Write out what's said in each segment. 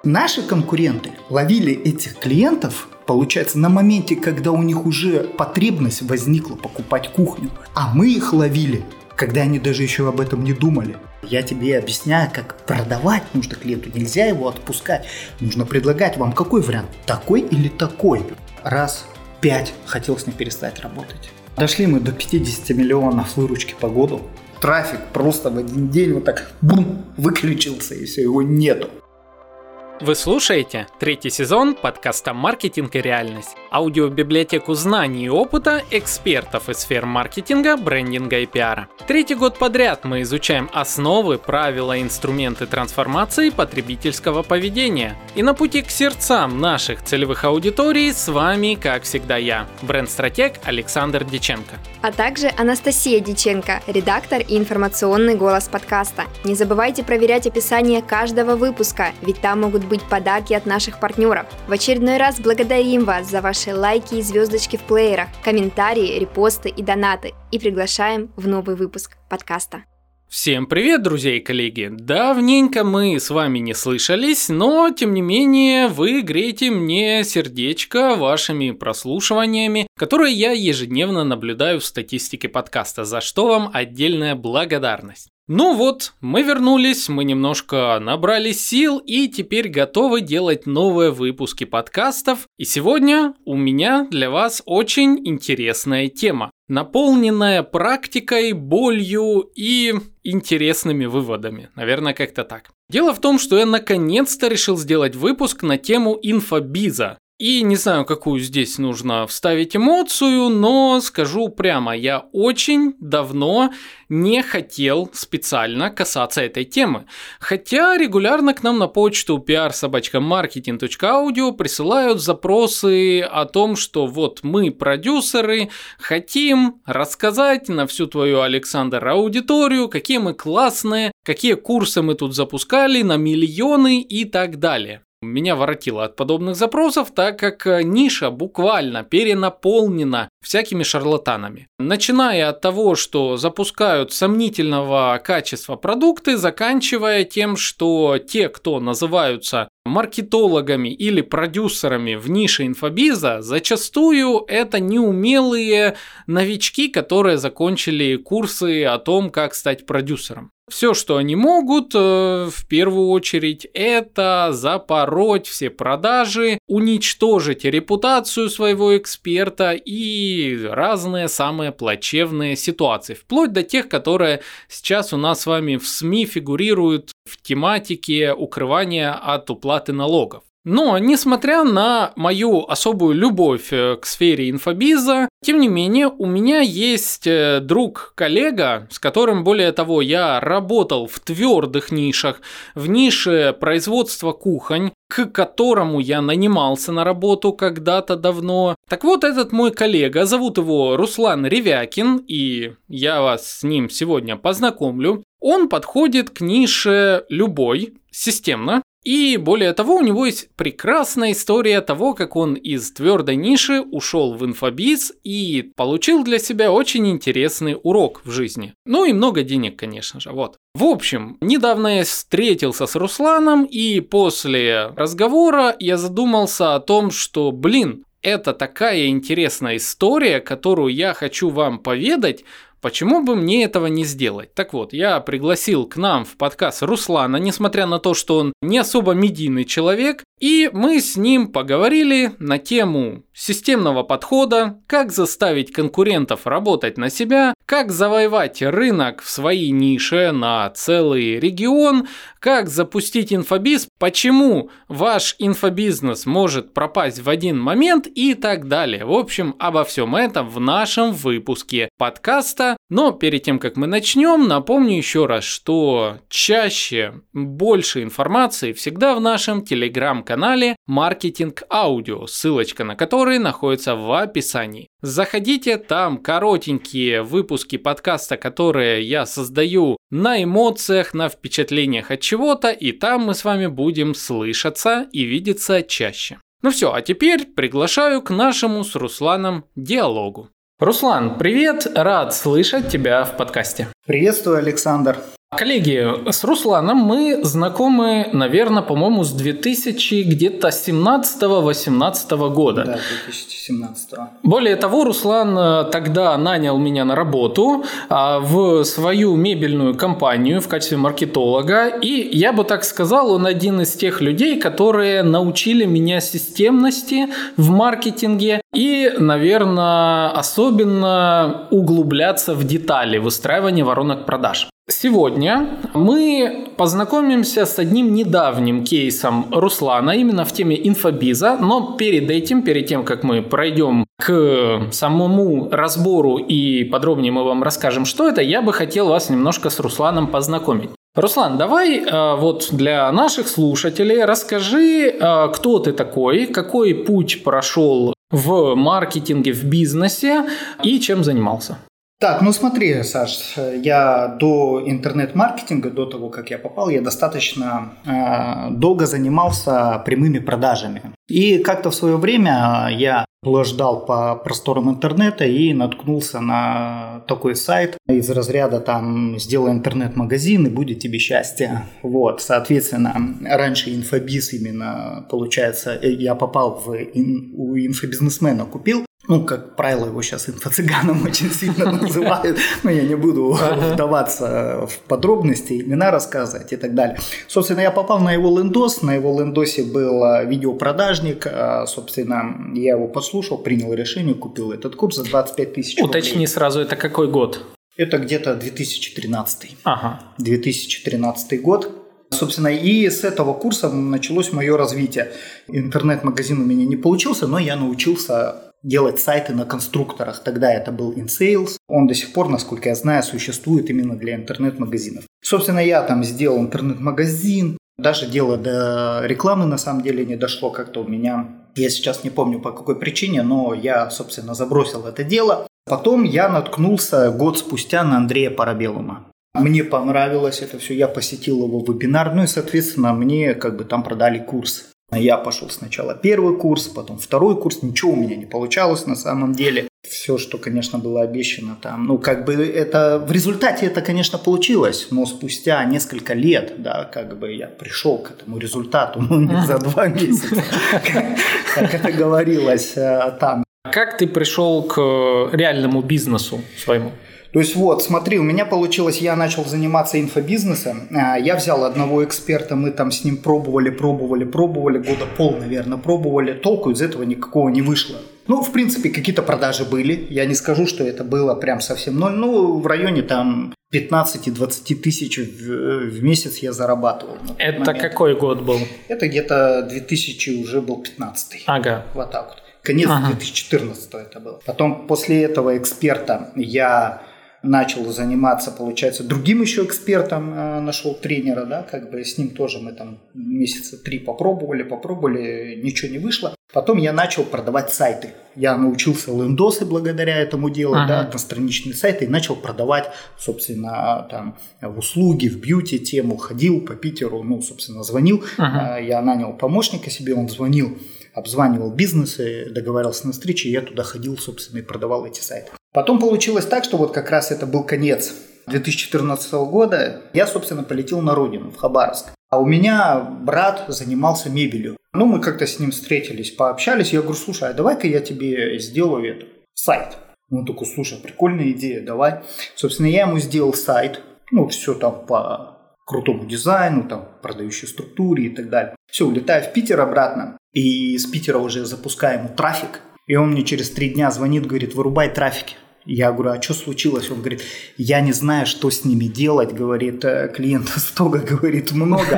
Наши конкуренты ловили этих клиентов, получается, на моменте, когда у них уже потребность возникла покупать кухню. А мы их ловили, когда они даже еще об этом не думали. Я тебе объясняю, как продавать нужно клиенту. Нельзя его отпускать. Нужно предлагать вам какой вариант, такой или такой. Раз 5 хотел с ним перестать работать. Дошли мы до 50 миллионов выручки по году. Трафик просто в один день вот так бум, выключился, и все, его нету. Вы слушаете третий сезон подкаста «Маркетинг и реальность». Аудиобиблиотеку знаний и опыта экспертов из сфер маркетинга, брендинга и пиара. Третий год подряд мы изучаем основы, правила и инструменты трансформации потребительского поведения. И на пути к сердцам наших целевых аудиторий с вами, как всегда, я, бренд-стратег Александр Диченко. А также Анастасия Диченко, редактор и информационный голос подкаста. Не забывайте проверять описание каждого выпуска, ведь там могут быть подарки от наших партнеров. В очередной раз благодарим вас за ваши лайки и звездочки в плеерах, комментарии, репосты и донаты. И приглашаем в новый выпуск подкаста. Всем привет, друзья и коллеги! Давненько мы с вами не слышались, но тем не менее вы греете мне сердечко вашими прослушиваниями, которые я ежедневно наблюдаю в статистике подкаста, за что вам отдельная благодарность. Ну вот, мы вернулись, мы немножко набрали сил и теперь готовы делать новые выпуски подкастов. И сегодня у меня для вас очень интересная тема, наполненная практикой, болью и интересными выводами. Наверное, как-то так. Дело в том, что я наконец-то решил сделать выпуск на тему инфобиза. И не знаю, какую здесь нужно вставить эмоцию, но скажу прямо, я очень давно не хотел специально касаться этой темы. Хотя регулярно к нам на почту pr@marketing.audio присылают запросы о том, что вот мы, продюсеры, хотим рассказать на всю твою, Александр, аудиторию, какие мы классные, какие курсы мы тут запускали на миллионы и так далее. Меня воротило от подобных запросов, так как ниша буквально перенаполнена всякими шарлатанами. Начиная от того, что запускают сомнительного качества продукты, заканчивая тем, что те, кто называются маркетологами или продюсерами в нише инфобиза, зачастую это неумелые новички, которые закончили курсы о том, как стать продюсером. Все, что они могут, в первую очередь, это запороть все продажи, уничтожить репутацию своего эксперта и разные самые плачевные ситуации, вплоть до тех, которые сейчас у нас с вами в СМИ фигурируют в тематике укрывания от уплаты налогов. Но, несмотря на мою особую любовь к сфере инфобиза, тем не менее, у меня есть друг-коллега, с которым, более того, я работал в твердых нишах, в нише производства кухонь, к которому я нанимался на работу когда-то давно. Так вот, этот мой коллега, зовут его Руслан Ревякин, и я вас с ним сегодня познакомлю. Он подходит к нише любой, системно. И более того, у него есть прекрасная история того, как он из твердой ниши ушел в инфобиз и получил для себя очень интересный урок в жизни. Ну и много денег, конечно же, вот. В общем, недавно я встретился с Русланом, и после разговора я задумался о том, что, это такая интересная история, которую я хочу вам поведать. Почему бы мне этого не сделать? Так вот, я пригласил к нам в подкаст Руслана, несмотря на то, что он не особо медийный человек, и мы с ним поговорили на тему системного подхода, как заставить конкурентов работать на себя, как завоевать рынок в своей нише на целый регион, как запустить инфобиз, почему ваш инфобизнес может пропасть в один момент и так далее. В общем, обо всем этом в нашем выпуске подкаста. Но перед тем, как мы начнем, напомню еще раз, что чаще, больше информации всегда в нашем телеграм-канале «Маркетинг Аудио», ссылочка на который находится в описании. Заходите, там коротенькие выпуски подкаста, которые я создаю на эмоциях, на впечатлениях от чего-то, и там мы с вами будем слышаться и видеться чаще. Ну все, а теперь приглашаю к нашему с Русланом диалогу. Руслан, привет, рад слышать тебя в подкасте. Приветствую, Александр. Коллеги, с Русланом мы знакомы, наверное, по-моему, с 2017-18 года. Да, 2017. Более того, Руслан тогда нанял меня на работу в свою мебельную компанию в качестве маркетолога. И я бы так сказал, он один из тех людей, которые научили меня системности в маркетинге и, наверное, особенно углубляться в детали выстраивания воронок продаж. Сегодня мы познакомимся с одним недавним кейсом Руслана именно в теме инфобиза, но перед тем, как мы пройдем к самому разбору и подробнее мы вам расскажем, что это, я бы хотел вас немножко с Русланом познакомить. Руслан, давай вот для наших слушателей расскажи, кто ты такой, какой путь прошел в маркетинге, в бизнесе и чем занимался. Так, ну смотри, Саш, я до интернет-маркетинга, до того, как я попал, я достаточно долго занимался прямыми продажами. И как-то в свое время я блуждал по просторам интернета и наткнулся на такой сайт из разряда там «Сделай интернет-магазин и будет тебе счастье». Вот, соответственно, раньше инфобиз именно, получается, я попал у инфобизнесмена купил. Ну, как правило, его сейчас инфо-цыганом очень сильно называют, но я не буду вдаваться в подробности, имена рассказывать и так далее. Собственно, я попал на его лендос, на его лендосе был видеопродажник, собственно, я его послушал, принял решение, купил этот курс за 25 тысяч рублей. Уточни сразу, это какой год? Это где-то 2013. Ага. 2013 год. Собственно, и с этого курса началось мое развитие. Интернет-магазин у меня не получился, но я научился делать сайты на конструкторах. Тогда это был InSales. Он до сих пор, насколько я знаю, существует именно для интернет-магазинов. Собственно, я там сделал интернет-магазин. Даже дело до рекламы на самом деле не дошло как-то у меня. Я сейчас не помню по какой причине, но я, собственно, забросил это дело. Потом я наткнулся год спустя на Андрея Парабеллума. Мне понравилось это все, я посетил его вебинар, ну и, соответственно, мне как бы там продали курс. Я пошел сначала первый курс, потом второй курс, ничего у меня не получалось на самом деле. Все, что, конечно, было обещано там, ну, как бы это, в результате это, конечно, получилось, но спустя несколько лет, да, как бы я пришел к этому результату, ну, не за 2 месяца, как это говорилось там. Как ты пришел к реальному бизнесу своему? То есть вот, смотри, у меня получилось, я начал заниматься инфобизнесом, я взял одного эксперта, мы там с ним пробовали, года пол, наверное, пробовали, толку из этого никакого не вышло. Ну, в принципе, какие-то продажи были, я не скажу, что это было прям совсем ноль, ну, в районе там 15-20 тысяч в месяц я зарабатывал. Это какой год был? Это где-то 2000 уже был 15-й. Ага. Вот так вот. Конец 2014 это было. Потом после этого эксперта я начал заниматься, получается, другим еще экспертом, нашел тренера, да, как бы с ним тоже мы там месяца 3 попробовали, ничего не вышло. Потом я начал продавать сайты. Я научился лендосы благодаря этому делу, да, одностраничные сайты, и начал продавать, собственно, там в услуги, в бьюти-тему, ходил по Питеру, ну, собственно, звонил. Я нанял помощника себе, он звонил, обзванивал бизнесы, договаривался на встречи, и я туда ходил, собственно, и продавал эти сайты. Потом получилось так, что вот как раз это был конец 2014 года, я, собственно, полетел на родину, в Хабаровск. А у меня брат занимался мебелью. Ну, мы как-то с ним встретились, пообщались, я говорю, слушай, а давай-ка я тебе сделаю сайт. Он такой, слушай, прикольная идея, давай. Собственно, я ему сделал сайт, ну, все там по крутому дизайну, там, продающей структуре и так далее. Все, улетаю в Питер обратно, и с Питера уже запускаем трафик. И он мне через 3 дня звонит, говорит, вырубай трафики. Я говорю, а что случилось? Он говорит, я не знаю, что с ними делать, говорит, клиентов столько, говорит, много.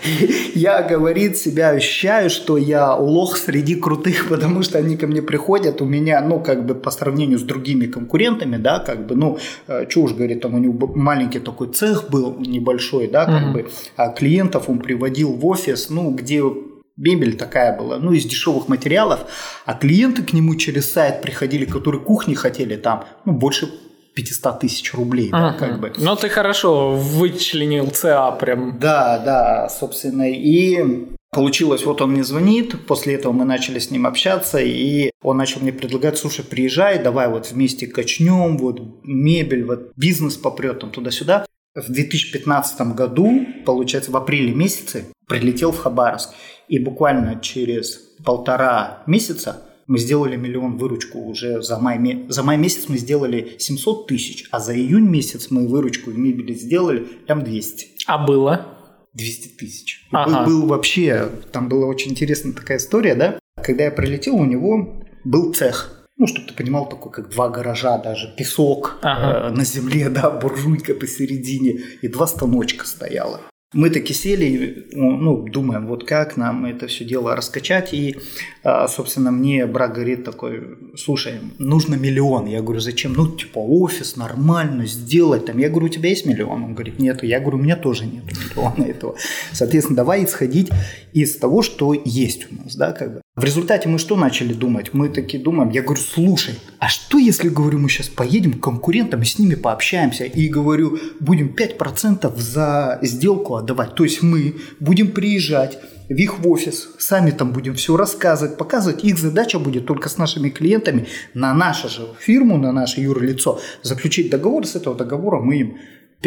Я, говорит, себя ощущаю, что я лох среди крутых, потому что они ко мне приходят, у меня, ну, как бы по сравнению с другими конкурентами, да, как бы, ну, что уж, говорит, там у него маленький такой цех был, небольшой, да, как бы, а клиентов он приводил в офис, ну, где мебель такая была, ну, из дешевых материалов, а клиенты к нему через сайт приходили, которые кухни хотели там, ну, больше 500 тысяч рублей, да, как бы. Ну, ты хорошо вычленил ЦА прям. Да, собственно, и получилось, вот он мне звонит, после этого мы начали с ним общаться, и он начал мне предлагать, слушай, приезжай, давай вот вместе качнем, вот мебель, вот бизнес попрет там туда-сюда. В 2015 году, получается, в апреле месяце прилетел в Хабаровск. И буквально через 1,5 месяца мы сделали 1 миллион выручку уже за май месяц мы сделали 700 тысяч, а за июнь месяц мы выручку в мебели сделали прям 200. А было? 200 тысяч. Ага. Был вообще, там была очень интересная такая история, да? Когда я прилетел, у него был цех. Ну, чтобы ты понимал, такой, как 2 гаража даже, песок на земле, да, буржуйка посередине, и 2 станочка стояло. Мы таки сели, думаем, вот как нам это все дело раскачать, и, собственно, мне брат говорит такой, слушай, нужно 1 миллион. Я говорю, зачем? Офис нормально сделать, там. Я говорю, у тебя есть 1 миллион? Он говорит, нет. Я говорю, у меня тоже нет 1 миллиона этого. Соответственно, давай исходить из того, что есть у нас, да, как бы. В результате мы что начали думать? Мы таки думаем, я говорю, слушай, а что если, говорю, мы сейчас поедем к конкурентам и с ними пообщаемся, и, говорю, будем 5% за сделку отдавать, то есть мы будем приезжать в их офис, сами там будем все рассказывать, показывать, их задача будет только с нашими клиентами на нашу же фирму, на наше юрлицо заключить договор, с этого договора мы им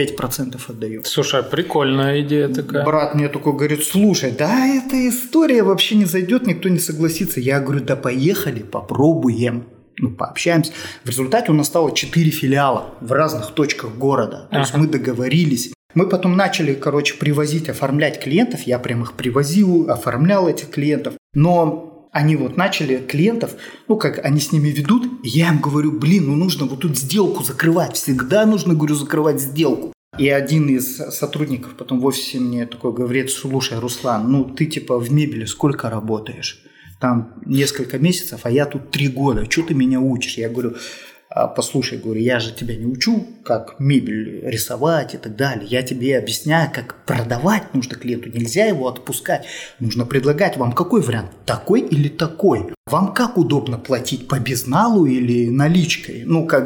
5% отдаем. Слушай, прикольная идея такая. Брат мне такой говорит, слушай, да эта история вообще не зайдет, никто не согласится. Я говорю, да поехали, попробуем. Пообщаемся. В результате у нас стало 4 филиала в разных точках города. То есть мы договорились. Мы потом начали, привозить, оформлять клиентов. Я прям их привозил, оформлял этих клиентов. Но они начали клиентов, как они с ними ведут, я им говорю, нужно тут сделку закрывать, всегда нужно, говорю, закрывать сделку. И один из сотрудников потом в офисе мне такой говорит, слушай, Руслан, ты в мебели сколько работаешь? Там несколько месяцев, а я тут 3 года, что ты меня учишь? Я говорю, послушай, говорю, я же тебя не учу, как мебель рисовать и так далее. Я тебе объясняю, как продавать нужно клиенту. Нельзя его отпускать. Нужно предлагать вам какой вариант, такой или такой. Вам как удобно платить, по безналу или наличкой?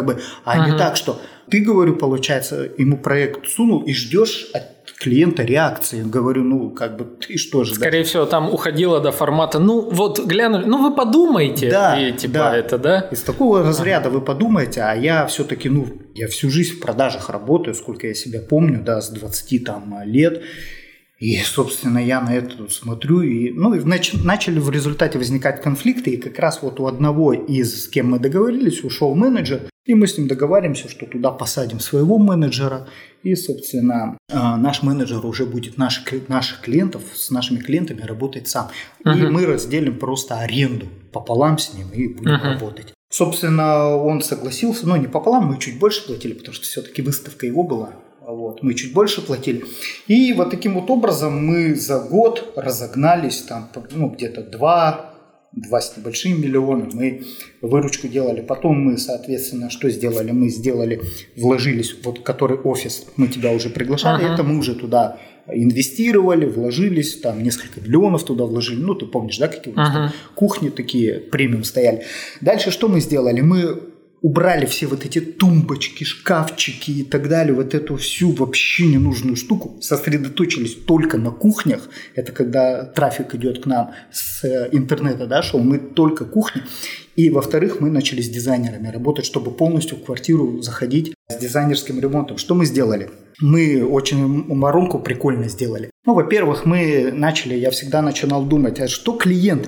Не так, что ты, говорю, получается, ему проект сунул и ждешь от клиента реакции. Говорю, ты что же? Скорее всего, там уходило до формата, глянули, вы подумайте. Да, и это, да? Из такого разряда вы подумайте, а я все-таки, я всю жизнь в продажах работаю, сколько я себя помню, да, с 20 лет. И, собственно, я на это смотрю, и начали в результате возникать конфликты, и как раз у одного с кем мы договорились, ушел менеджер, и мы с ним договариваемся, что туда посадим своего менеджера, и, собственно, наш менеджер уже будет наших клиентов, с нашими клиентами работать сам. И мы разделим просто аренду пополам с ним и будем работать. Собственно, он согласился, не пополам, мы чуть больше платили, потому что все-таки выставка его была. Мы чуть больше платили. И таким образом мы за год разогнались, где-то 2 с небольшим миллиона мы выручку делали. Потом мы, соответственно, что сделали? Мы вложились, который офис, мы тебя уже приглашали, это мы уже туда инвестировали, вложились, несколько миллионов туда вложили. Ты помнишь, да, какие у нас там кухни такие премиум стояли. Дальше что мы сделали? Мы убрали все эти тумбочки, шкафчики и так далее, эту всю вообще ненужную штуку, сосредоточились только на кухнях. Это когда трафик идет к нам с интернета, да, шел, мы только кухни. И, во-вторых, мы начали с дизайнерами работать, чтобы полностью в квартиру заходить с дизайнерским ремонтом. Что мы сделали? Мы очень воронку прикольно сделали. Во-первых, я всегда начинал думать, а что клиент,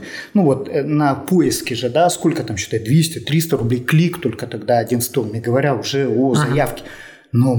на поиске же, да, сколько там считает, 200-300 рублей клик, только тогда один стоил, не говоря уже о заявке. Но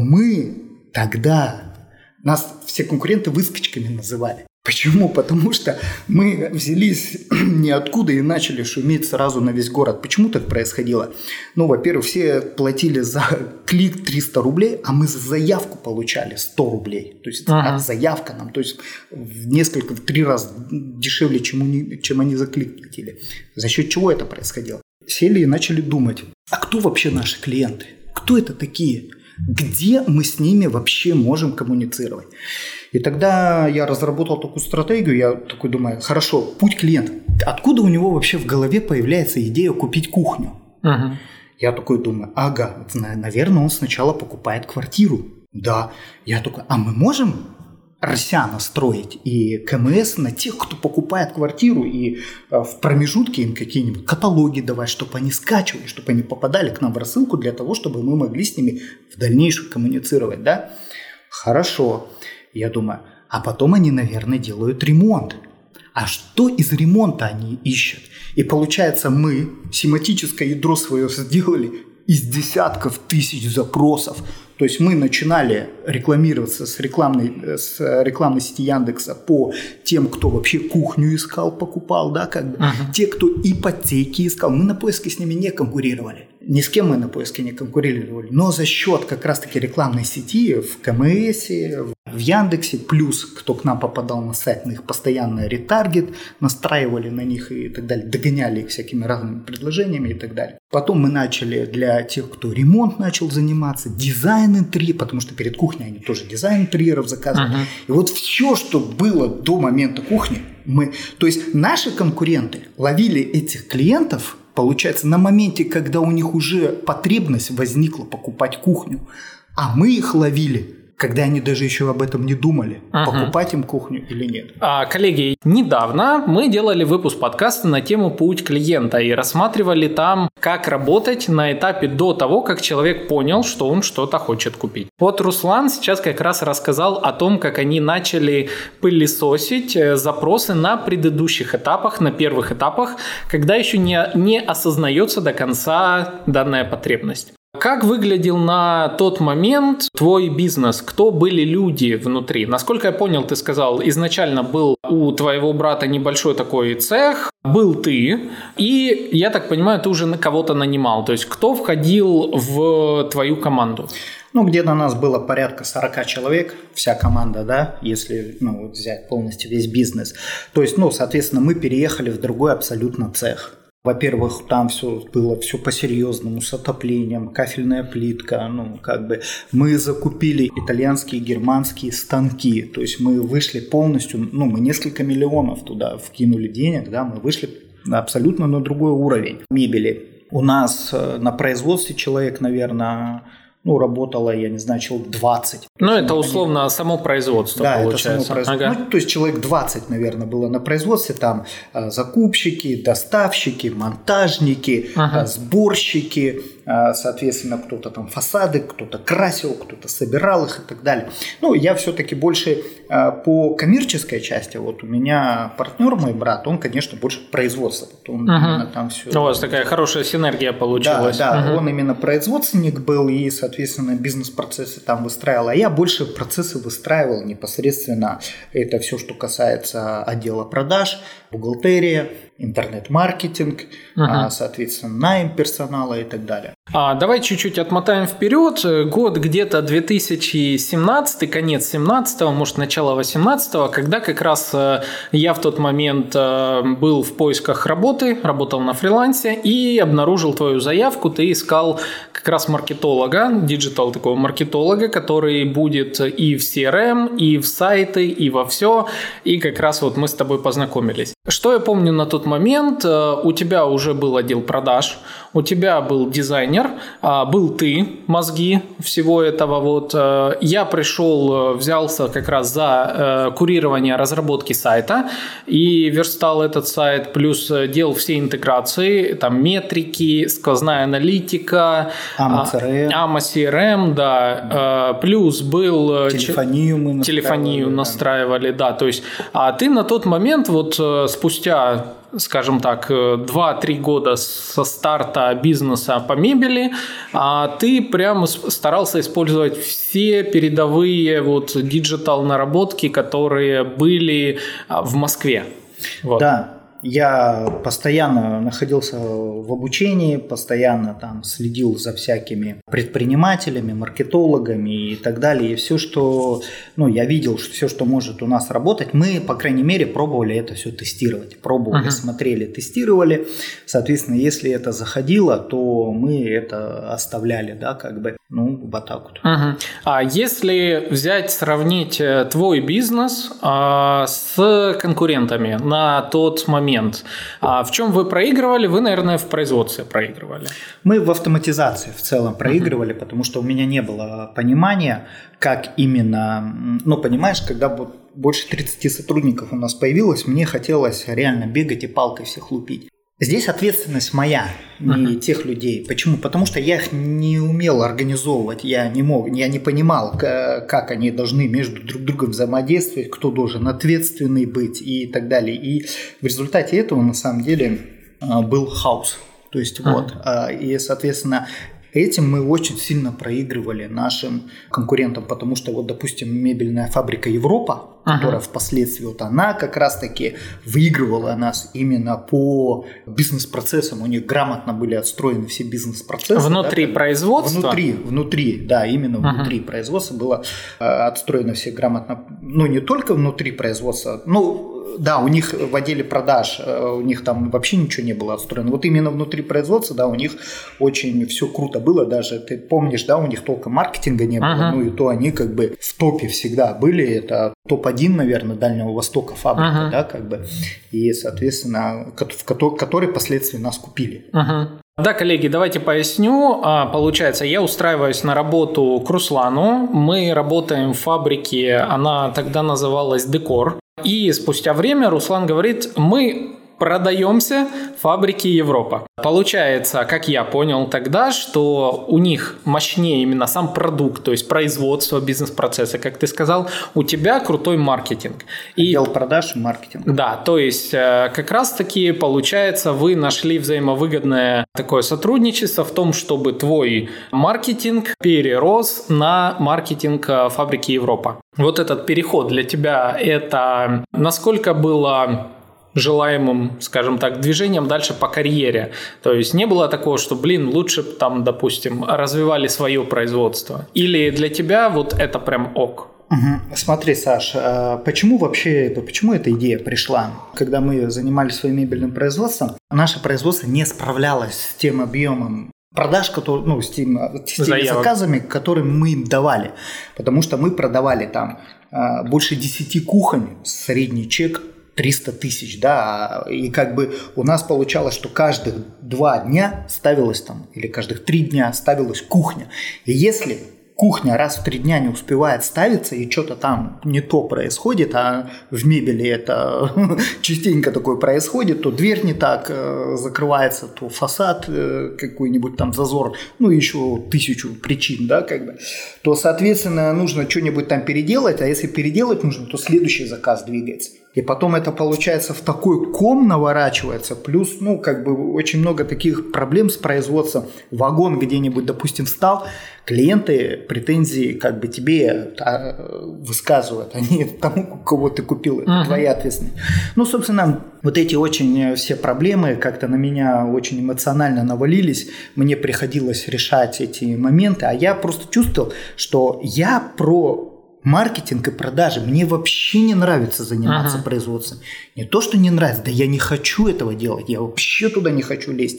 нас все конкуренты выскочками называли. Почему? Потому что мы взялись ниоткуда и начали шуметь сразу на весь город. Почему так происходило? Во-первых, все платили за клик 300 рублей, а мы за заявку получали 100 рублей. То есть заявка нам, в 3 раза дешевле, чем они за клик платили. За счет чего это происходило? Сели и начали думать, а кто вообще наши клиенты? Кто это такие? Где мы с ними вообще можем коммуницировать? И тогда я разработал такую стратегию, я такой думаю, хорошо, путь клиента. Откуда у него вообще в голове появляется идея купить кухню? Я такой думаю, наверное, он сначала покупает квартиру. Да. Я такой, а мы можем РСЯ настроить и КМС на тех, кто покупает квартиру, и в промежутке им какие-нибудь каталоги давать, чтобы они скачивали, чтобы они попадали к нам в рассылку для того, чтобы мы могли с ними в дальнейшем коммуницировать, да? Хорошо. Я думаю, а потом они, наверное, делают ремонт. А что из ремонта они ищут? И получается, мы семантическое ядро свое сделали из десятков тысяч запросов. То есть мы начинали рекламироваться с рекламной сети Яндекса по тем, кто вообще кухню искал, покупал, да, как бы. Те, кто ипотеки искал. Мы на поиске с ними не конкурировали. Ни с кем мы на поиске не конкурировали. Но за счет как раз-таки рекламной сети в КМС, в Яндексе, плюс кто к нам попадал на сайт, мы их постоянно ретаргет, настраивали на них и так далее, догоняли их всякими разными предложениями и так далее. Потом мы начали для тех, кто ремонт начал заниматься, дизайн интерьера, потому что перед кухней они тоже дизайн интерьеров заказывали. И вот все, что было до момента кухни, то есть наши конкуренты ловили этих клиентов, получается, на моменте, когда у них уже потребность возникла покупать кухню, а мы их ловили, когда они даже еще об этом не думали, покупать им кухню или нет. Коллеги, недавно мы делали выпуск подкаста на тему «Путь клиента» и рассматривали там, как работать на этапе до того, как человек понял, что он что-то хочет купить. Вот Руслан сейчас как раз рассказал о том, как они начали пылесосить запросы на предыдущих этапах, на первых этапах, когда еще не осознается до конца данная потребность. Как выглядел на тот момент твой бизнес? Кто были люди внутри? Насколько я понял, ты сказал, изначально был у твоего брата небольшой такой цех, был ты, и, я так понимаю, ты уже кого-то нанимал. То есть, кто входил в твою команду? Где-то нас было порядка 40 человек, вся команда, да, если взять полностью весь бизнес. То есть, соответственно, мы переехали в другой абсолютно цех. Во-первых, там все было все по-серьезному, с отоплением, кафельная плитка, мы закупили итальянские, германские станки, то есть мы вышли полностью, мы несколько миллионов туда вкинули денег, да, мы вышли абсолютно на другой уровень мебели. У нас на производстве человек, наверное, работало, я не знаю, человек 20. Это условно само производство, да, получается. Это само производство. Ага. То есть человек 20, наверное, было на производстве. Там закупщики, доставщики, монтажники, сборщики. Соответственно, кто-то там фасады, кто-то красил, кто-то собирал их и так далее. Я все-таки больше по коммерческой части. Вот у меня партнер, мой брат, он, конечно, больше производства. Он именно там все... У вас такая хорошая синергия получилась. Да, он именно производственник был и, соответственно, бизнес-процессы там выстраивал. А я больше процессы выстраивал непосредственно. Это все, что касается отдела продаж, бухгалтерия, интернет-маркетинг, соответственно, найм персонала и так далее. Давай чуть-чуть отмотаем вперед. Год где-то 2017, конец 17-го, может, начало 18-го, когда как раз я в тот момент был в поисках работы, работал на фрилансе и обнаружил твою заявку. Ты искал как раз маркетолога, диджитал такого маркетолога, который будет и в CRM, и в сайты, и во все. И как раз вот мы с тобой познакомились. Что я помню на тот момент? У тебя уже был отдел продаж, у тебя был дизайнер, был ты, мозги всего этого. Вот. Я пришел, взялся как раз за курирование разработки сайта и верстал этот сайт, плюс делал все интеграции, там метрики, сквозная аналитика, AMA CRM, да, плюс был... Телефонию настраивали, да. То есть, ты на тот момент, вот спустя, скажем так, 2-3 года со старта бизнеса по мебели, ты прямо старался использовать все передовые диджитал наработки, которые были в Москве. Вот. Да. Я постоянно находился в обучении, постоянно там следил за всякими предпринимателями, маркетологами и так далее. И все, что, я видел, что все, что может у нас работать, мы, по крайней мере, пробовали это все тестировать. Пробовали, смотрели, тестировали. Соответственно, если это заходило, то мы это оставляли, да, вот так вот. А если сравнить твой бизнес с конкурентами на тот момент, в чем вы проигрывали? Вы, наверное, в производстве проигрывали. Мы в автоматизации в целом проигрывали, потому что у меня не было понимания, как именно... понимаешь, когда больше 30 сотрудников у нас появилось, мне хотелось реально бегать и палкой всех лупить. Здесь ответственность моя, не тех людей. Почему? Потому что я их не умел организовывать, я не понимал, как они должны между друг другом взаимодействовать, кто должен ответственный быть и так далее. И в результате этого на самом деле был хаос. То есть и, соответственно, этим мы очень сильно проигрывали нашим конкурентам, потому что, вот, допустим, мебельная фабрика Европа, которая впоследствии, вот она как раз-таки выигрывала нас именно по бизнес-процессам. У них грамотно были отстроены все бизнес-процессы. Внутри производства? Внутри, да, именно внутри производства было отстроено все грамотно. Ну, не только внутри производства, да, у них в отделе продаж, у них там вообще ничего не было отстроено. Вот именно внутри производства, да, у них очень все круто было. Даже, ты помнишь, да, у них толком маркетинга не было. Ну, и то они как бы в топе всегда были. Это топ-1, наверное, Дальнего Востока фабрика, да, как бы. И, соответственно, которые впоследствии нас купили. Да, коллеги, давайте поясню. Получается, я устраиваюсь на работу к Руслану. Мы работаем в фабрике, она тогда называлась «Декор». И спустя время Руслан говорит, мы продаемся в фабрике Европа. Получается, как я понял тогда, что у них мощнее именно сам продукт, то есть производство, бизнес-процессы, как ты сказал, у тебя крутой маркетинг. Отдел продаж и маркетинг. Да, то есть как раз-таки получается, вы нашли взаимовыгодное такое сотрудничество в том, чтобы твой маркетинг перерос на маркетинг фабрики Европа. Вот этот переход для тебя, это насколько было желаемым, скажем так, движением дальше по карьере? То есть не было такого, что, лучше там, допустим, развивали свое производство? Или для тебя вот это прям ок? Смотри, Саш, почему эта идея пришла? Когда мы занимались своим мебельным производством, наше производство не справлялось с тем объемом продаж, с теми заказами, которые мы им давали. Потому что мы продавали там больше 10 кухонь, средний чек 300 тысяч, да, и как бы у нас получалось, что каждых 2 дня ставилась там, или каждых 3 дня ставилась кухня. И если кухня раз в 3 дня не успевает ставиться, и что-то там не то происходит, а в мебели это частенько такое происходит, то дверь не так закрывается, то фасад какой-нибудь там зазор, еще 1000 причин, да, как бы, то, соответственно, нужно что-нибудь там переделать, а если переделать нужно, то следующий заказ двигается. И потом это, получается, в такой ком наворачивается, плюс, очень много таких проблем с производством. Вагон где-нибудь, допустим, встал, клиенты претензии тебе высказывают, а не тому, кого ты купил, это твоя ответственность. Собственно, вот эти очень все проблемы как-то на меня очень эмоционально навалились, мне приходилось решать эти моменты, а я просто чувствовал, что я про маркетинг и продажи. Мне вообще не нравится заниматься производством. Не то, что не нравится, да я не хочу этого делать. Я вообще туда не хочу лезть.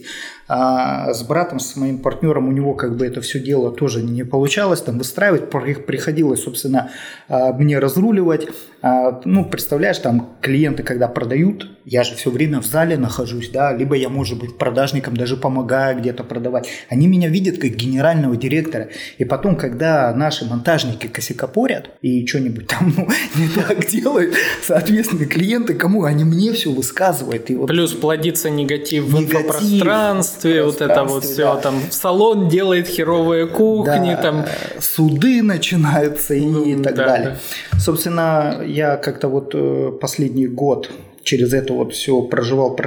А с братом, с моим партнером, у него это все дело тоже не получалось там выстраивать. Приходилось, собственно, мне разруливать. Представляешь, там клиенты, когда продают, я же все время в зале нахожусь, да, либо я, может быть, продажникам даже помогаю где-то продавать. Они меня видят как генерального директора. И потом, когда наши монтажники косякопорят и что-нибудь там не так делают, соответственно, клиенты кому? Они мне все высказывают. И плюс плодится негатив в инфопространстве, вот это вот все, да. Там салон делает херовые кухни, да, там суды начинаются и так далее. Да. Собственно, я как-то последний год через это все проживал.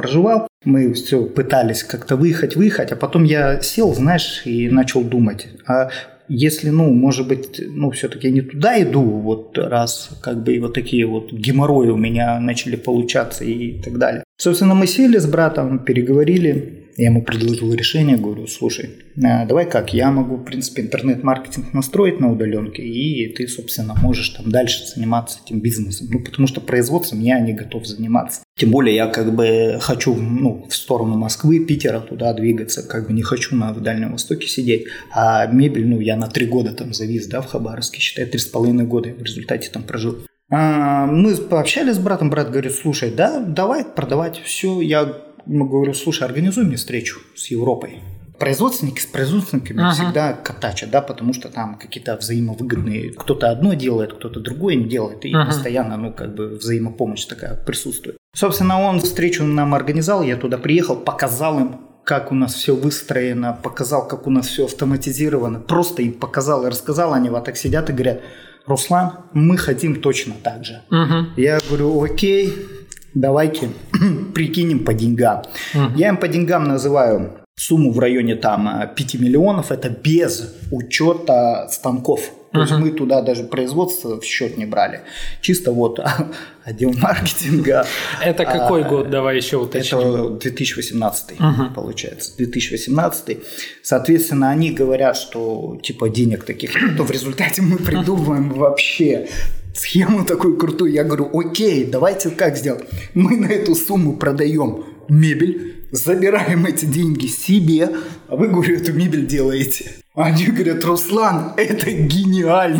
Мы все пытались как-то выехать, а потом я сел, знаешь, и начал думать, а если, может быть, все-таки я не туда иду, раз и вот такие геморрои у меня начали получаться и так далее. Собственно, мы сели с братом, переговорили, я ему предложил решение, говорю, слушай, давай я могу, в принципе, интернет-маркетинг настроить на удаленке, и ты, собственно, можешь там дальше заниматься этим бизнесом, потому что производством я не готов заниматься. Тем более я хочу в сторону Москвы, Питера туда двигаться, не хочу на Дальнем Востоке сидеть, а мебель, я на 3 года там завис, да, в Хабаровске, считай, 3,5 года в результате там прожил. Мы пообщались с братом, брат говорит, слушай, да, давай продавать все, я говорю, слушай, организуй мне встречу с Европой. Производственники с производственниками всегда катачат, да, потому что там какие-то взаимовыгодные, кто-то одно делает, кто-то другое не делает, и постоянно, взаимопомощь такая присутствует. Собственно, он встречу нам организовал, я туда приехал, показал им, как у нас все выстроено, показал, как у нас все автоматизировано. Просто им показал и рассказал, они вот так сидят и говорят: Руслан, мы хотим точно так же. Я говорю: окей, давайте прикинем по деньгам. Я им по деньгам называю сумму в районе там 5 миллионов, это без учета станков. То есть мы туда даже производство в счет не брали. Чисто вот отдел маркетинга. Это какой год? Давай еще уточним. Это 2018 получается. 2018. Соответственно, они говорят, что типа денег таких нет. В результате мы придумываем вообще схему такую крутую. Я говорю: окей, давайте как сделать? Мы на эту сумму продаем мебель, забираем эти деньги себе, а вы, говорю, эту мебель делаете. Они говорят: Руслан, это гениально.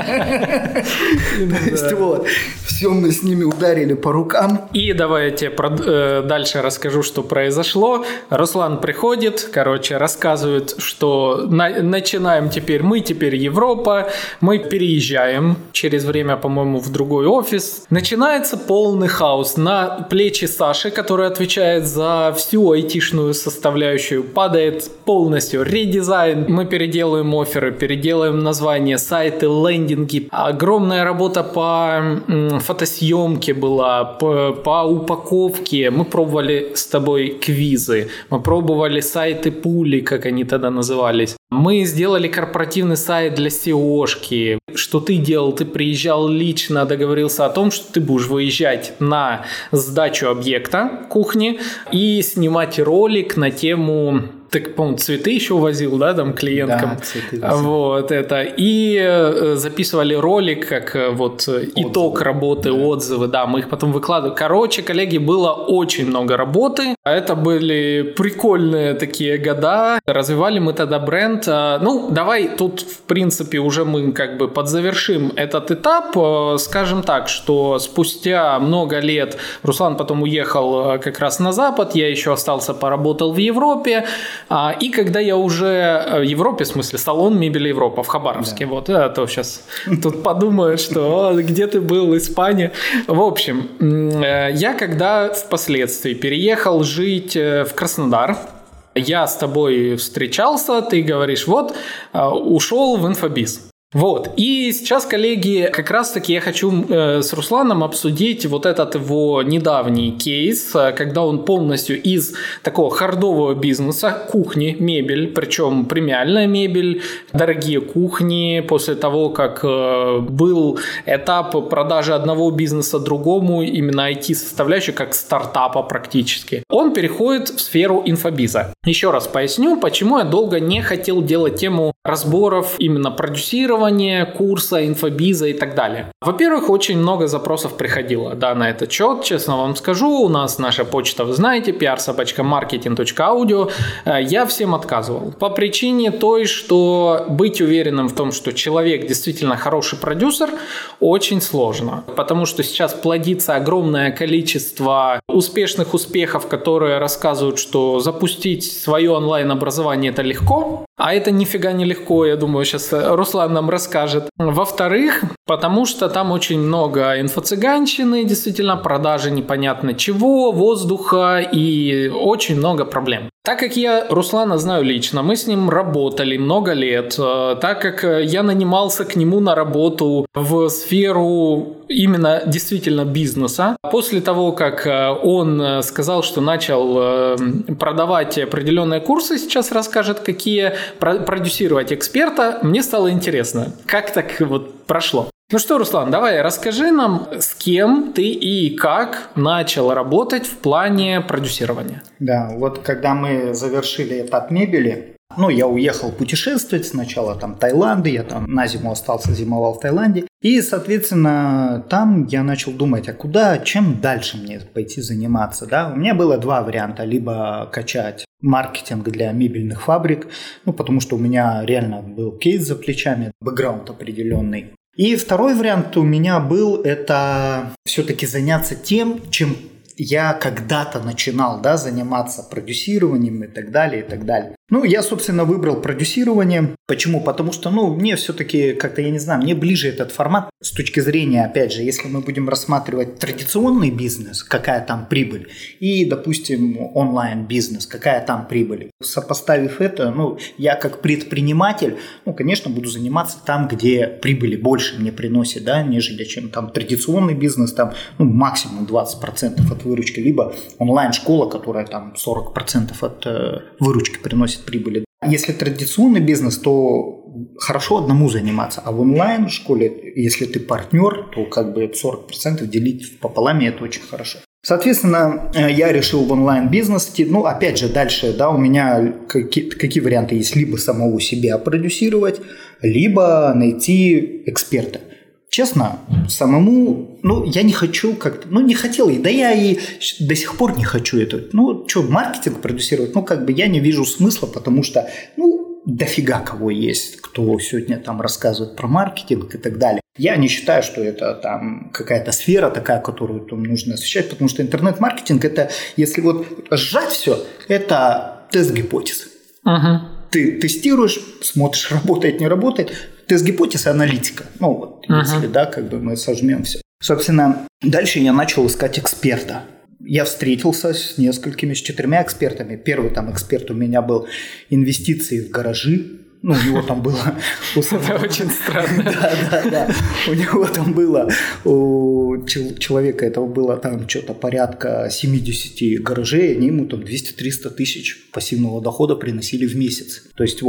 То есть вот, все, мы с ними ударили по рукам. И давай я тебе дальше расскажу, что произошло. Руслан приходит, рассказывает, что начинаем мы теперь Европа, мы переезжаем через время, по-моему, в другой офис. Начинается полный хаос. На плечи Саши, который отвечает за всю айтишную составляющую, падает полностью редизайн. Мы переделаем офферы, переделаем названия, сайты, лендинги. Огромная работа по фотосъемке была, по упаковке. Мы пробовали с тобой квизы, мы пробовали сайты пули, как они тогда назывались. Мы сделали корпоративный сайт для SEO-шки. Что ты делал? Ты приезжал лично, договорился о том, что ты будешь выезжать на сдачу объекта кухни и снимать ролик на тему... Ты, по-моему, цветы еще возил, да, там, клиенткам? Да, цветы возил. Вот это. И записывали ролик, как вот итог работы, отзывы, да, мы их потом выкладывали. Коллеги, было очень много работы. Это были прикольные такие года. Развивали мы тогда бренд. Давай тут, в принципе, уже мы подзавершим этот этап. Скажем так, что спустя много лет Руслан потом уехал как раз на Запад, я еще остался, поработал в Европе. И когда я уже в Европе, в смысле, салон мебели Европа в Хабаровске, да. То сейчас тут подумают, что где ты был, Испания. В общем, я когда впоследствии переехал жить в Краснодар, я с тобой встречался, ты говоришь: вот, ушел в инфобиз. Вот, и сейчас, коллеги, как раз-таки я хочу с Русланом обсудить вот этот его недавний кейс, когда он полностью из такого хардового бизнеса, кухни, мебель, причем премиальная мебель, дорогие кухни, после того, как был этап продажи одного бизнеса другому, именно IT-составляющей, как стартапа практически, он переходит в сферу инфобиза. Еще раз поясню, почему я долго не хотел делать тему разборов именно продюсирования, курса, инфобиза и так далее. Во-первых, очень много запросов приходило, на этот счет, честно вам скажу. У нас наша почта, вы знаете, pr@marketing.audio. Я всем отказывал. По причине той, что быть уверенным в том, что человек действительно хороший продюсер, очень сложно. Потому что сейчас плодится огромное количество успешных успехов, которые рассказывают, что запустить свое онлайн-образование это легко. А это нифига не легко, я думаю, сейчас Руслан нам расскажет. Во-вторых, потому что там очень много инфо-цыганщины, действительно, продажи непонятно чего, воздуха и очень много проблем. Так как я Руслана знаю лично, мы с ним работали много лет, так как я нанимался к нему на работу в сферу именно действительно бизнеса. После того, как он сказал, что начал продавать определенные курсы, сейчас расскажет, какие, продюсировать эксперта, мне стало интересно, как так вот прошло. Ну что, Руслан, давай расскажи нам, с кем ты и как начал работать в плане продюсирования. Да, вот когда мы завершили этап мебели, я уехал путешествовать, сначала там Таиланд, я там на зиму остался, зимовал в Таиланде. И, соответственно, там я начал думать, чем дальше мне пойти заниматься, да. У меня было два варианта, либо качать маркетинг для мебельных фабрик, потому что у меня реально был кейс за плечами, бэкграунд определенный. И второй вариант у меня был, это все-таки заняться тем, чем я когда-то начинал, заниматься продюсированием и так далее, и так далее. Я, собственно, выбрал продюсирование. Почему? Потому что, мне все-таки как-то, я не знаю, мне ближе этот формат с точки зрения, опять же, если мы будем рассматривать традиционный бизнес, какая там прибыль, и, допустим, онлайн-бизнес, какая там прибыль. Сопоставив это, я как предприниматель, конечно, буду заниматься там, где прибыли больше мне приносит, да, нежели чем там традиционный бизнес, там, максимум 20% от выручки, либо онлайн-школа, которая там 40% от выручки приносит прибыли. Если традиционный бизнес, то хорошо одному заниматься, а в онлайн-школе, если ты партнер, то 40% делить пополам, и это очень хорошо. Соответственно, я решил в онлайн-бизнес идти. Опять же, дальше, да, у меня какие варианты есть? Либо самого себя продюсировать, либо найти эксперта. Честно, самому, я не хочу как-то, не хотел, да я и до сих пор не хочу это. Маркетинг продюсировать, я не вижу смысла, потому что, дофига кого есть, кто сегодня там рассказывает про маркетинг и так далее. Я не считаю, что это там какая-то сфера такая, которую там нужно освещать, потому что интернет-маркетинг – это, если сжать все, это тест-гипотез. Ты тестируешь, смотришь, работает, не работает. Тест-гипотеза, аналитика. Если, да, мы сожмем все. Собственно, дальше я начал искать эксперта. Я встретился с 4 экспертами. Первый там эксперт у меня был инвестиции в гаражи. У него там было... Это очень странно. Да. У него там было... У человека этого было там что-то порядка 70 гаражей, они ему там 200-300 тысяч пассивного дохода приносили в месяц. То есть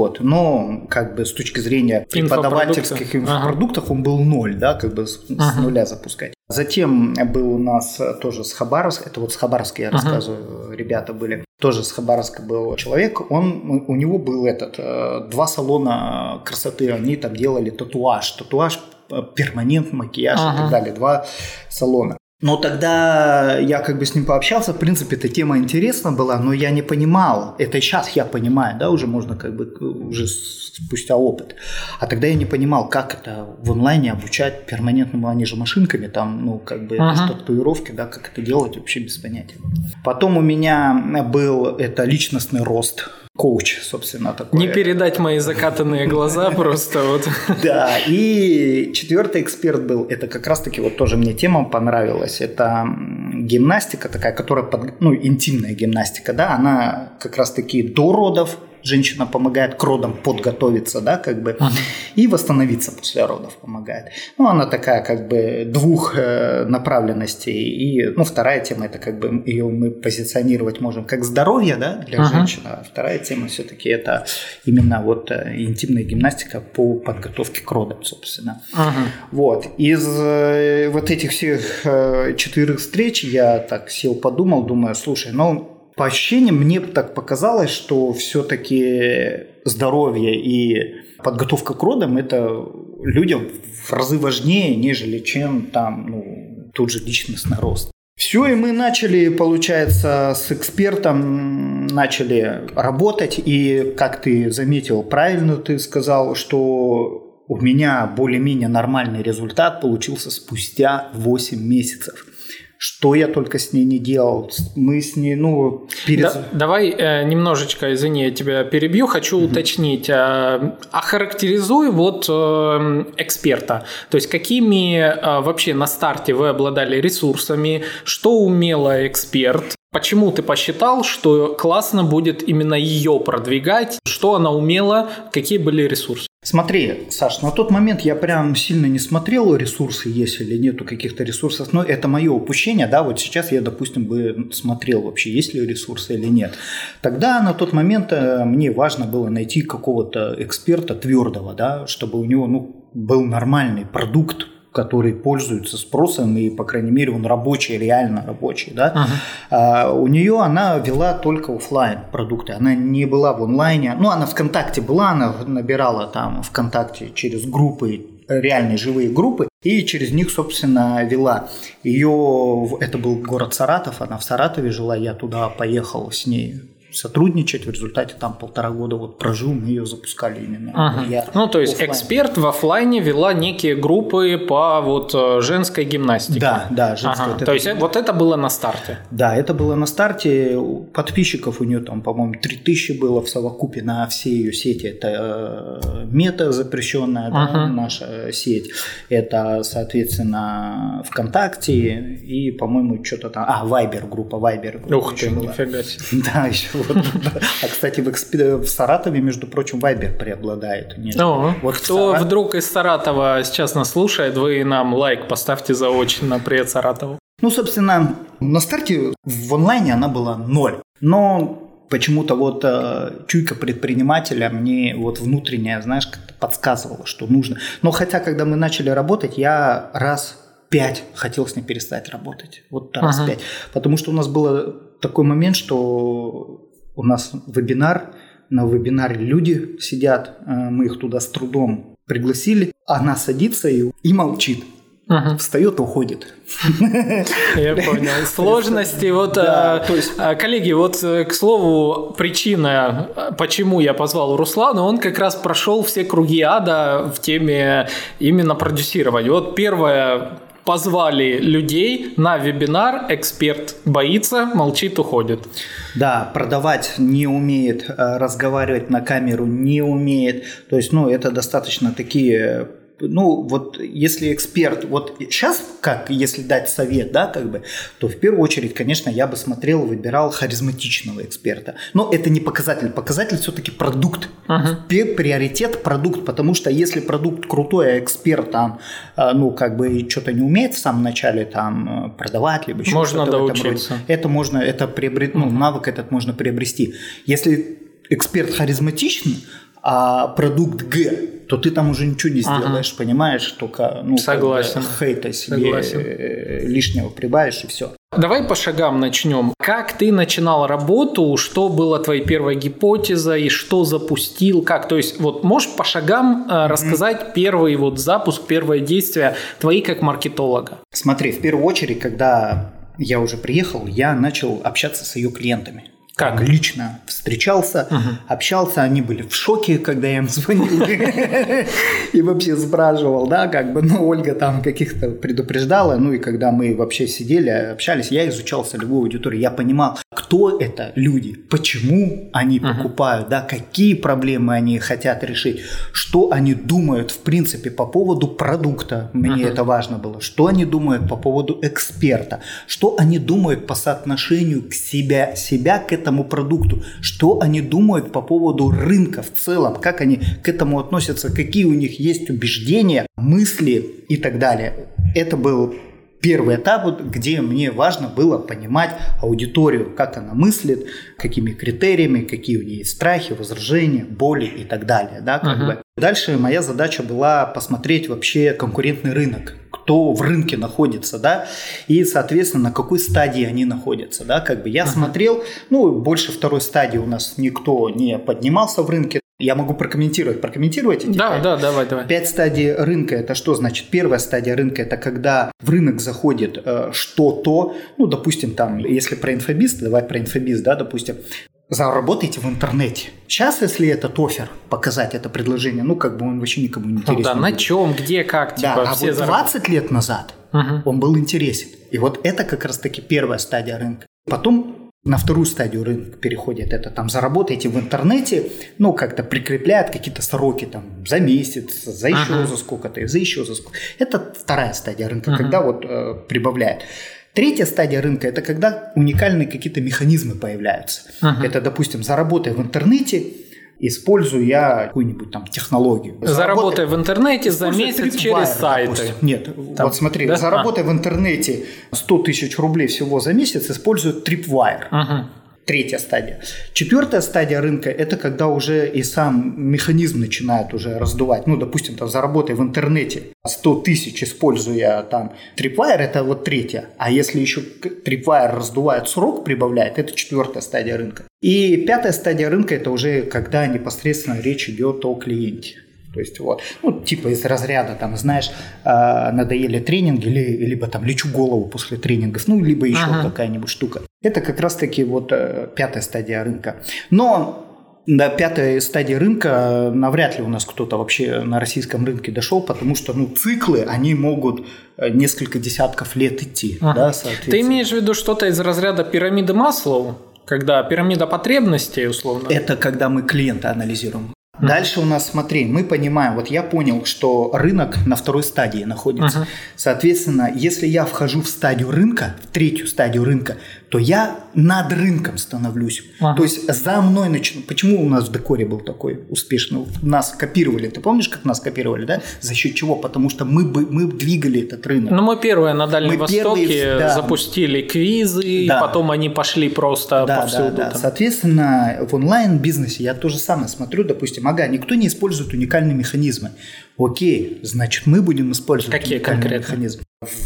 с точки зрения преподавательских инфопродуктов он был 0, да, с нуля запускать. Затем был у нас тоже с Хабаровска, это с Хабаровска я рассказываю, ребята были. Тоже с Хабаровска был человек, у него был 2 салона красоты, они там делали татуаж, перманент, макияж и так далее, 2 салона. Но тогда я с ним пообщался, в принципе, эта тема интересна была, но я не понимал, это сейчас я понимаю, да, уже можно уже спустя опыт, а тогда я не понимал, как это в онлайне обучать перманентному, они же машинками, там, это татуировки, да, как это делать, вообще без понятия. Потом у меня был личностный рост, коуч, собственно, такой. Не передать мои закатанные глаза просто вот. Да, и 4-й эксперт был, это как раз-таки тоже мне тема понравилась, это гимнастика такая, которая, интимная гимнастика, да, она как раз-таки до родов, женщина помогает к родам подготовиться, да, и восстановиться после родов помогает. Она такая, 2 направленностей. И, вторая тема, это ее мы позиционировать можем как здоровье, да, для женщин. А вторая тема все-таки это именно интимная гимнастика по подготовке к родам, собственно. Из этих всех 4 встреч я так сел, подумал, думаю, слушай, по ощущениям, мне так показалось, что все-таки здоровье и подготовка к родам – это людям в разы важнее, нежели чем тот же личностный рост. Все, и мы начали, получается, с экспертом начали работать, и, как ты заметил, правильно ты сказал, что у меня более-менее нормальный результат получился спустя 8 месяцев. Что я только с ней не делал. Мы с ней, Давай немножечко, извини, я тебя перебью. Хочу уточнить. Охарактеризуй эксперта. То есть, какими вообще на старте вы обладали ресурсами, что умела эксперт, почему ты посчитал, что классно будет именно ее продвигать, что она умела, какие были ресурсы? Смотри, Саш, на тот момент я прям сильно не смотрел, ресурсы есть или нету каких-то ресурсов, но это мое упущение, да, сейчас я, допустим, бы смотрел вообще, есть ли ресурсы или нет. Тогда на тот момент мне важно было найти какого-то эксперта твердого, да, чтобы у него, был нормальный продукт, который пользуется спросом, и, по крайней мере, он рабочий, реально рабочий, да. У нее она вела только офлайн продукты, она не была в онлайне, она ВКонтакте была, она набирала там ВКонтакте через группы, реальные живые группы, и через них, собственно, вела. Это был город Саратов, она в Саратове жила, я туда поехал с ней сотрудничать. В результате там 1,5 года вот прожил, мы ее запускали именно. Ну, то есть эксперт в офлайне вела некие группы по вот женской гимнастике. Да, женской. То есть вот это было на старте? Да, это было на старте. Подписчиков у нее там, по-моему, 3000 было в совокупе на все ее сети. Это Мета запрещенная, да, наша сеть. Это, соответственно, ВКонтакте и, по-моему, что-то там... Вайбер, группа Вайбер. Ух ты, нифига себе. Да, еще вот. А, кстати, в Саратове, между прочим, Вайбер преобладает. Вот кто вдруг из Саратова сейчас нас слушает, вы нам лайк поставьте заочно. Привет, Саратову. Ну, собственно, на старте в онлайне она была 0. Но почему-то вот чуйка предпринимателя мне вот внутренняя, знаешь, как-то подсказывала, что нужно. Но хотя, когда мы начали работать, я раз 5 хотел с ней перестать работать. Вот раз 5. Потому что у нас был такой момент, что у нас вебинар, на вебинаре люди сидят, мы их туда с трудом пригласили, она садится и молчит. Встает и уходит. Я понял. Сложности. Вот, коллеги, вот, к слову, причина, почему я позвал Руслана, он как раз прошел все круги ада в теме именно продюсирования. Вот первое, позвали людей на вебинар, эксперт боится, молчит, уходит. Да, продавать не умеет, разговаривать на камеру не умеет. То есть, это достаточно такие... вот если эксперт, вот сейчас, как если дать совет, да, как бы, то в первую очередь, конечно, я бы выбирал харизматичного эксперта. Но это не показатель. Показатель все-таки продукт. Приоритет продукт, потому что если продукт крутой, а эксперт там, что-то не умеет в самом начале там продавать, либо еще можно доучиться. Это можно, навык этот можно приобрести. Если эксперт харизматичный, а продукт Г, то ты там уже ничего не сделаешь, понимаешь, только Согласен. Хейта себе лишнего прибавишь и все. Давай по шагам начнем. Как ты начинал работу, что была твоей первой гипотеза и что запустил, как? То есть вот можешь по шагам рассказать первый вот запуск, первое действие твои как маркетолога? Смотри, в первую очередь, когда я уже приехал, я начал общаться с ее клиентами. Как? Лично встречался, общался, они были в шоке, когда я им звонил и вообще спрашивал, да, Ольга там каких-то предупреждала, и когда мы вообще сидели, общались, я изучал целевую аудиторию, я понимал, кто это люди, почему они покупают, да, какие проблемы они хотят решить, что они думают, в принципе, по поводу продукта, мне это важно было, что они думают по поводу эксперта, что они думают по соотношению к себя к этому продукту, что они думают по поводу рынка в целом, как они к этому относятся, какие у них есть убеждения, мысли и так далее. Это был первый этап, где мне важно было понимать аудиторию, как она мыслит, какими критериями, какие у нее есть страхи, возражения, боли и так далее. Да, Дальше моя задача была посмотреть вообще конкурентный рынок, кто в рынке находится, да, и, соответственно, на какой стадии они находятся, да, я смотрел, больше второй стадии у нас никто не поднимался в рынке. Я могу прокомментировать. Прокомментируйте? Да, давай. 5 стадий рынка – это что значит? Первая стадия рынка – это когда в рынок заходит что-то, допустим, там, если про инфобиз, давай про инфобиз, да, допустим, заработайте в интернете. Сейчас, если этот оффер, показать это предложение, он вообще никому не интересен. На чем, где, как, а все вот 20 лет назад он был интересен. И вот это как раз-таки первая стадия рынка. Потом на вторую стадию рынка переходит, это там заработайте в интернете, как-то прикрепляют какие-то сроки там за месяц, за еще за сколько-то, за еще за сколько. Это вторая стадия рынка, когда прибавляют. Третья стадия рынка – это когда уникальные какие-то механизмы появляются. Это, допустим, заработай в интернете, использую я какую-нибудь там технологию. Заработай в интернете за месяц через сайты. Допустим. Нет, там, вот смотри, заработай в интернете 100 тысяч рублей всего за месяц, используя Tripwire. Третья стадия. Четвертая стадия рынка – это когда уже и сам механизм начинает уже раздувать. Допустим, там, заработай в интернете 100 тысяч, используя там Tripwire, это вот третья. А если еще Tripwire раздувает срок, прибавляет, это четвертая стадия рынка. И пятая стадия рынка – это уже когда непосредственно речь идет о клиенте. То есть вот, ну, типа из разряда, там, знаешь, надоели тренинги, либо там лечу голову после тренингов, ну, либо еще какая-нибудь штука. Это как раз-таки вот 5-я стадия рынка. Но до 5-й стадии рынка навряд ли у нас кто-то вообще на российском рынке дошел, потому что, ну, циклы, они могут несколько десятков лет идти. Да, ты имеешь в виду что-то из разряда пирамиды Маслоу? Когда пирамида потребностей, условно? Это когда мы клиента анализируем. Дальше у нас, смотри, мы понимаем, вот я понял, что рынок на 2-й стадии находится. Соответственно, если я вхожу в стадию рынка, в 3-ю стадию рынка, то я над рынком становлюсь. То есть за мной начинают. Почему у нас в декоре был такой успешный? Нас копировали. Ты помнишь, как нас копировали, да? За счет чего? Потому что мы двигали этот рынок. Ну, мы первые на Дальнем Востоке запустили квизы, потом они пошли просто повсюду. Да. Соответственно, в онлайн-бизнесе я то же самое смотрю, допустим, никто не использует уникальные механизмы. Окей, значит, мы будем использовать уникальные механизмы.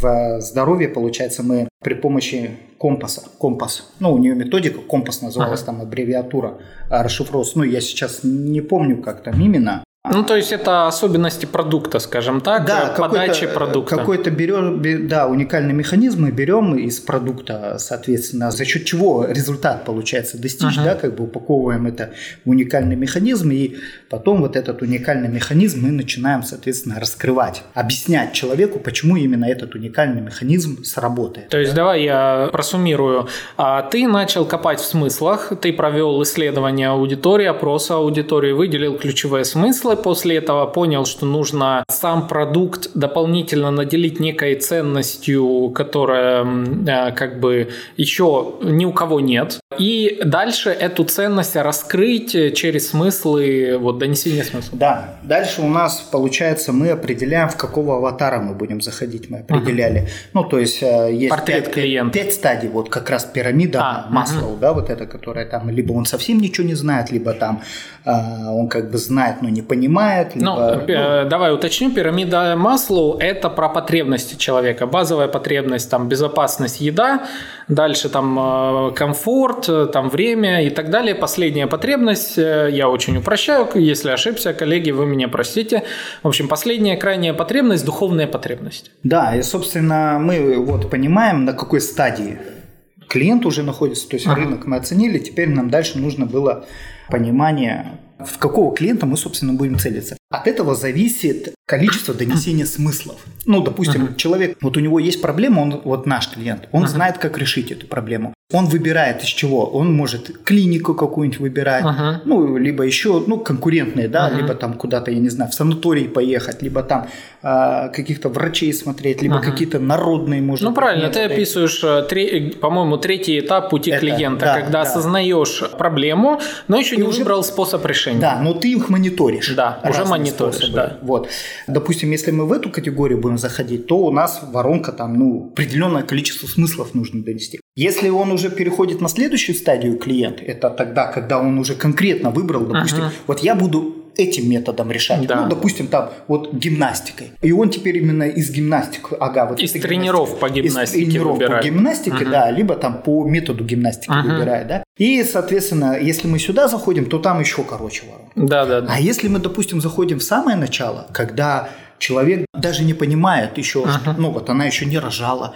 В здоровье, получается, мы при помощи компас, ну, у нее методика, компас называлась, там аббревиатура, расшифровалась, ну, я сейчас не помню, как там именно. Ну, то есть, это особенности продукта, скажем так, подачи продукта. Какой-то уникальный механизм мы берем из продукта, соответственно, за счет чего результат получается достичь, да, как бы упаковываем это в уникальный механизм, и потом вот этот уникальный механизм мы начинаем, соответственно, раскрывать, объяснять человеку, почему именно этот уникальный механизм сработает. То есть, давай я просуммирую. Ты начал копать в смыслах, ты провел исследование аудитории, опрос аудитории, выделил ключевые смыслы, после этого понял, что нужно сам продукт дополнительно наделить некой ценностью, которая как бы еще ни у кого нет. И дальше эту ценность раскрыть через смыслы, вот донесение смысла. Да, дальше у нас, получается, мы определяем, в какого аватара мы будем заходить, мы определяли. Ну, то есть, есть портрет клиента. 5 стадий, вот как раз пирамида Маслоу, да, вот эта, которая там, либо он совсем ничего не знает, либо там он как бы знает, но не понимает. Либо, давай уточню, пирамида Маслоу – это про потребности человека. Базовая потребность, там, безопасность, еда, дальше там комфорт, там время и так далее. Последняя потребность, я очень упрощаю, если ошибся, коллеги, вы меня простите. В общем, последняя крайняя потребность – духовная потребность. Да, и, собственно, мы вот понимаем, на какой стадии клиент уже находится, то есть рынок мы оценили, теперь нам дальше нужно было понимание, в какого клиента мы, собственно, будем целиться. От этого зависит количество донесения смыслов. Ну, допустим, человек, вот у него есть проблема, он, вот наш клиент, он знает, как решить эту проблему. Он выбирает из чего? Он может клинику какую-нибудь выбирать, ну, либо еще, ну, конкурентные, да, либо там куда-то, я не знаю, в санаторий поехать, либо там каких-то врачей смотреть, либо какие-то народные, может быть. Ну, правильно, ты описываешь, по-моему, 3-й этап пути клиента, когда осознаешь проблему, но еще не выбрал способ решения. Да, но ты их мониторишь. Да, уже мониторишь, да. Вот. Допустим, если мы в эту категорию будем заходить, то у нас воронка там, ну, определенное количество смыслов нужно донести. Если он уже переходит на следующую стадию клиент, это тогда, когда он уже конкретно выбрал, допустим, вот я буду этим методом решать. Да. Ну, допустим, там вот гимнастикой. И он теперь именно из гимнастики, вот из тренеров по гимнастике из тренеров по гимнастике, да, либо там по методу гимнастики выбирает, да. И, соответственно, если мы сюда заходим, то там еще короче воронка. Да. А если мы, допустим, заходим в самое начало, когда человек даже не понимает еще, что, ну вот она еще не рожала,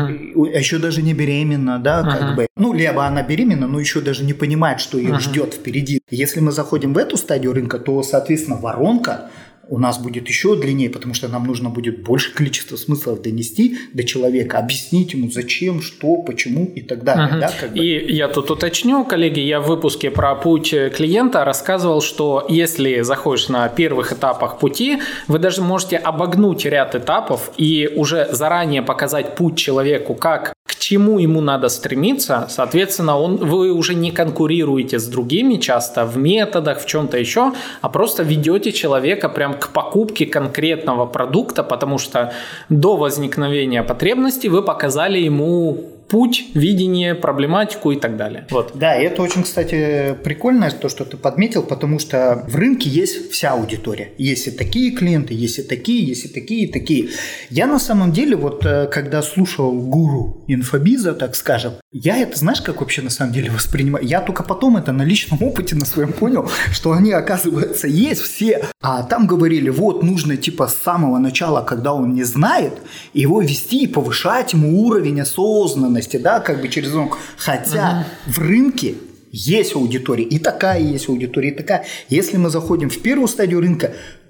еще даже не беременна, да, как бы. Ну, либо она беременна, но еще даже не понимает, что ее ждет впереди. Если мы заходим в эту стадию рынка, то, соответственно, воронка у нас будет еще длиннее, потому что нам нужно будет больше количества смыслов донести до человека, объяснить ему, зачем, что, почему и так далее. Да, как бы. И я тут уточню, коллеги, я в выпуске про путь клиента рассказывал, что если заходишь на первых этапах пути, вы даже можете обогнуть ряд этапов и уже заранее показать путь человеку, как к чему ему надо стремиться, соответственно, вы уже не конкурируете с другими часто в методах, в чем-то еще, а просто ведете человека прям к покупке конкретного продукта, потому что до возникновения потребности вы показали ему путь, видение, проблематику и так далее. Вот. Да, и это очень, кстати, прикольно, то, что ты подметил, потому что в рынке есть вся аудитория. Есть и такие клиенты, есть и такие, есть и такие, и такие. Я на самом деле, вот когда слушал гуру инфобиза, так скажем, Я это, знаешь, как вообще на самом деле воспринимаю? Я только потом это на личном опыте на своем понял, что они, оказывается, есть все. А там говорили, вот нужно типа с самого начала, когда он не знает, его вести и повышать ему уровень осознанности, да, как бы через он. Хотя в рынке есть аудитория, и такая есть аудитория, и такая. Если мы заходим в первую стадию рынка,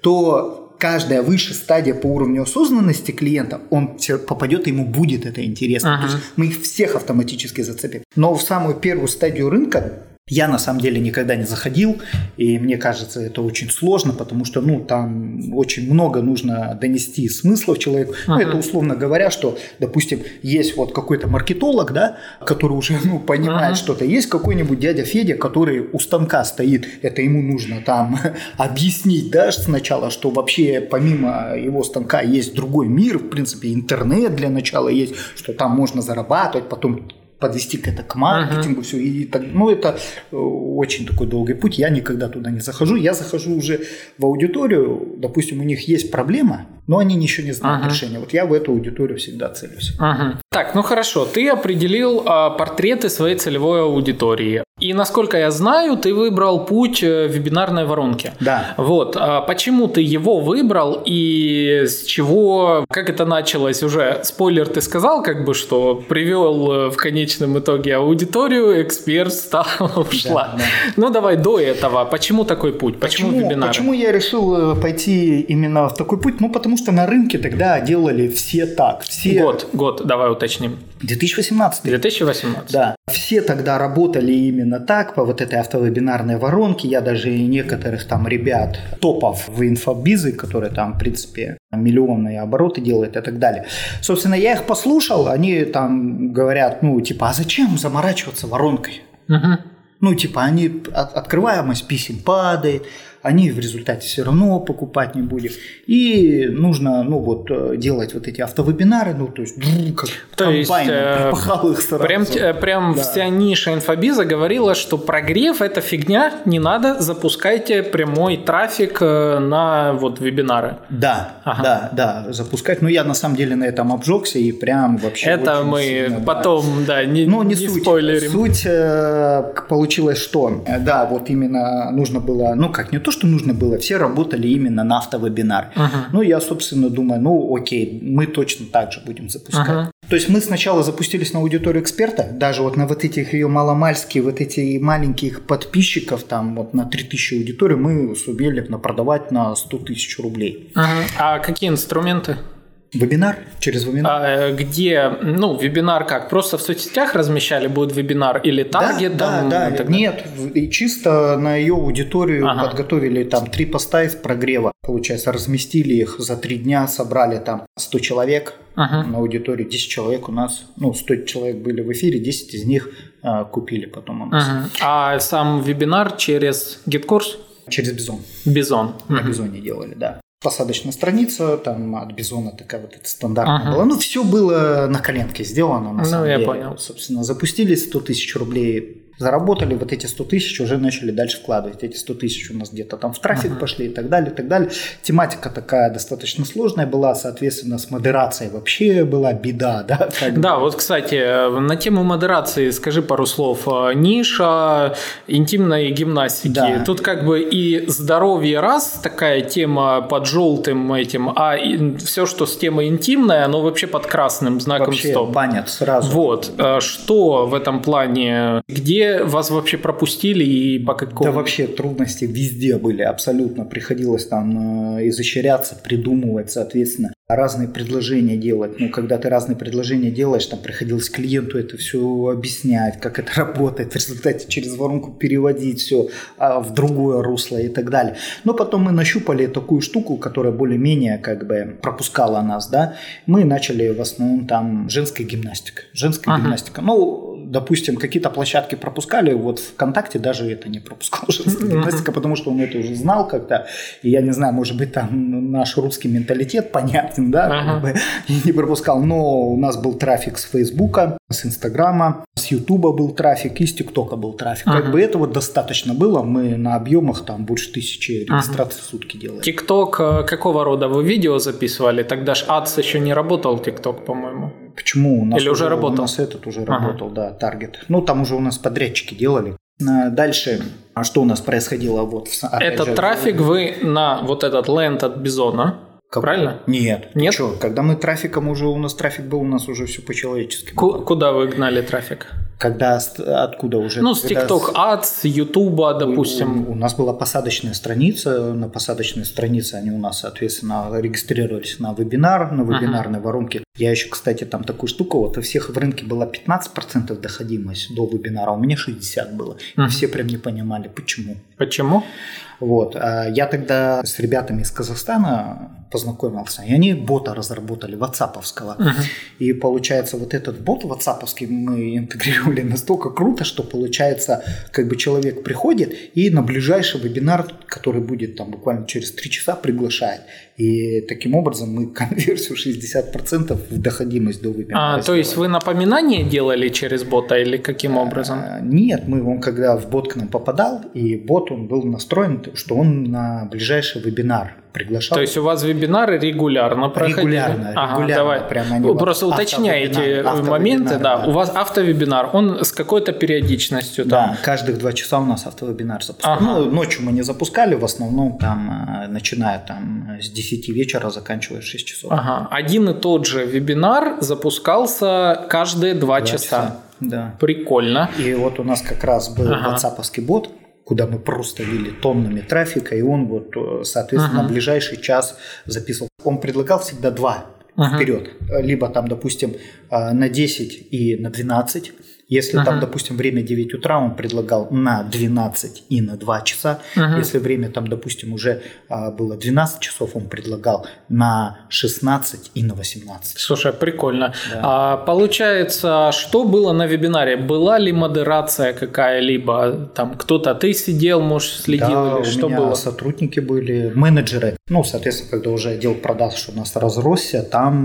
то каждая выше стадия по уровню осознанности клиента, он попадет, и ему будет это интересно. То есть мы их всех автоматически зацепим. Но в самую первую стадию рынка я на самом деле никогда не заходил, и мне кажется, это очень сложно, потому что, там очень много нужно донести смыслов человеку. Это условно говоря, что, допустим, есть вот какой-то маркетолог, да, который уже, понимает что-то, есть какой-нибудь дядя Федя, который у станка стоит, это ему нужно там объяснить, да, сначала, что вообще помимо его станка есть другой мир, в принципе, интернет для начала есть, что там можно зарабатывать, потом подвести к маркетингу, все. И так, это очень такой долгий путь. Я никогда туда не захожу. Я захожу уже в аудиторию, допустим, у них есть проблема, но они еще не знают решения. Вот я в эту аудиторию всегда целюсь. Так, хорошо. Ты определил портреты своей целевой аудитории. И, насколько я знаю, ты выбрал путь вебинарной воронки. Да. Вот. Почему ты его выбрал и с чего, как это началось уже? Спойлер ты сказал, что привел в конечном итоге аудиторию, эксперт встал, ушла. Да. Давай до этого. Почему такой путь? Почему вебинар? Почему я решил пойти именно в такой путь? Потому что на рынке тогда делали все так. Год, давай уточним. 2018. 2018. Да. Все тогда работали именно так, по вот этой автовебинарной воронке. Я даже и некоторых там ребят, топов в инфобизы, которые там, в принципе, миллионные обороты делают и так далее. Собственно, я их послушал, они там говорят, а зачем заморачиваться воронкой? Они, открываемость писем падает, они в результате все равно покупать не будут. И нужно, делать вот эти автовебинары, то есть пропахал их сразу. Прям вся ниша инфобиза говорила, что прогрев – это фигня, не надо, запускайте прямой трафик на вебинары. Да, запускать. Я на самом деле на этом обжегся и прям вообще это мы сильно, потом, не спойлерим. Суть получилось, что, именно нужно было, не то, что нужно было, все работали именно на автовебинар. Я, собственно, думаю, окей, мы точно так же будем запускать. То есть мы сначала запустились на аудиторию эксперта, даже на вот этих ее маломальские, вот эти маленьких подписчиков, там на 3000 аудиторий мы сумели продавать на 100 тысяч рублей. А какие инструменты? Вебинар? Через вебинар? Где, вебинар как? Просто в соцсетях размещали, будет вебинар или таргет? Да. Нет, чисто на ее аудиторию подготовили 3 поста из прогрева. Получается, разместили их за 3 дня, собрали 100 человек на аудиторию, 10 человек у нас, 100 человек были в эфире, 10 из них купили потом у нас. А сам вебинар через GitKurs? Через Бизон. Бизон. На Бизоне делали, да. Посадочная страница, там от Бизона такая вот эта стандартная была. Все было на коленке сделано, на самом деле. Я понял. Собственно, запустили 100 тысяч рублей, заработали, вот эти 100 тысяч уже начали дальше вкладывать. Эти 100 тысяч у нас где-то там в трафик пошли и так далее, и так далее. Тематика такая достаточно сложная была, соответственно, с модерацией вообще была беда, да? Да, вот, кстати, на тему модерации скажи пару слов. Ниша интимной гимнастики. Да. Тут и здоровье раз, такая тема под желтым этим, а все, что с темой интимной, оно вообще под красным знаком вообще стоп. Банят сразу. Вот. Что в этом плане? Где вас вообще пропустили и по какому? Да вообще трудности везде были, абсолютно. Приходилось там изощряться, придумывать, соответственно, разные предложения делать. Когда ты разные предложения делаешь, там приходилось клиенту это все объяснять, как это работает, в результате через воронку переводить все в другое русло и так далее. Но потом мы нащупали такую штуку, которая более-менее пропускала нас, да. Мы начали в основном там женская гимнастика. Гимнастика. Допустим, какие-то площадки пропускали, вот ВКонтакте даже это не пропускал, женская гимнастика, потому что он это уже знал как-то, и я не знаю, может быть, там наш русский менталитет понятен, да, и не пропускал, но у нас был трафик с Фейсбука, с Инстаграма, с Ютуба был трафик, и с ТикТока был трафик. Это достаточно было, мы на объемах там больше 1000 регистраций в сутки делали. ТикТок какого рода вы видео записывали? Тогда ж Ads еще не работал, ТикТок, по-моему. Почему? У нас Или уже работал? У нас этот уже работал, да, таргет. Ну, там уже у нас подрядчики делали. Дальше, что у нас происходило? Вот, этот трафик вы на вот этот ленд от Бизона, правильно? Нет. Что? Когда мы трафиком уже, у нас трафик был, у нас уже все по-человечески. Куда вы гнали трафик? Откуда уже? Ну, с TikTok Ads, с YouTube, допустим. У нас была посадочная страница. На посадочной странице они у нас, соответственно, регистрировались на вебинар, на вебинарной воронке. Я еще, кстати, там такую штуку, вот у всех в рынке была 15% доходимость до вебинара, а у меня 60% было. И все прям не понимали, почему. Почему? Вот. Я тогда с ребятами из Казахстана познакомился, и они бота разработали, ватсаповского. И получается, вот этот бот ватсаповский мы интегрировали настолько круто, что получается, как бы человек приходит и на ближайший вебинар, который будет там буквально через 3 часа, приглашает. И таким образом мы конверсию 60% в доходимость до вебинара. То есть вы напоминание делали через бота или каким образом? Нет, он когда в бот к нам попадал, и бот он был настроен, что он на ближайший вебинар приглашал. То есть у вас вебинары регулярно проходили? Регулярно. Давай. Прямо просто уточняйте моменты. Да. У вас автовебинар, он с какой-то периодичностью? Да, каждых 2 часа у нас автовебинар запускали. Ночью мы не запускали, в основном там, начиная там с 10 вечера, заканчивая 6 часов. Один и тот же вебинар запускался каждые 2 часа. Да. Прикольно. И вот у нас как раз был ватсаповский бот, куда мы просто вели тоннами трафика, и он вот, соответственно, на ближайший час записывал. Он предлагал всегда 2 вперед, либо там, допустим, на 10 и на 12. Если там, допустим, время 9 утра, он предлагал на 12 и на 2 часа. Если время там, допустим, уже было 12 часов, он предлагал на 16 и на 18. Слушай, прикольно. Да. Получается, что было на вебинаре? Была ли модерация какая-либо? Там кто-то, ты сидел, может, следил? Да, или что у меня было? сотрудники были, менеджеры. Ну, соответственно, когда уже отдел продаж у нас разросся,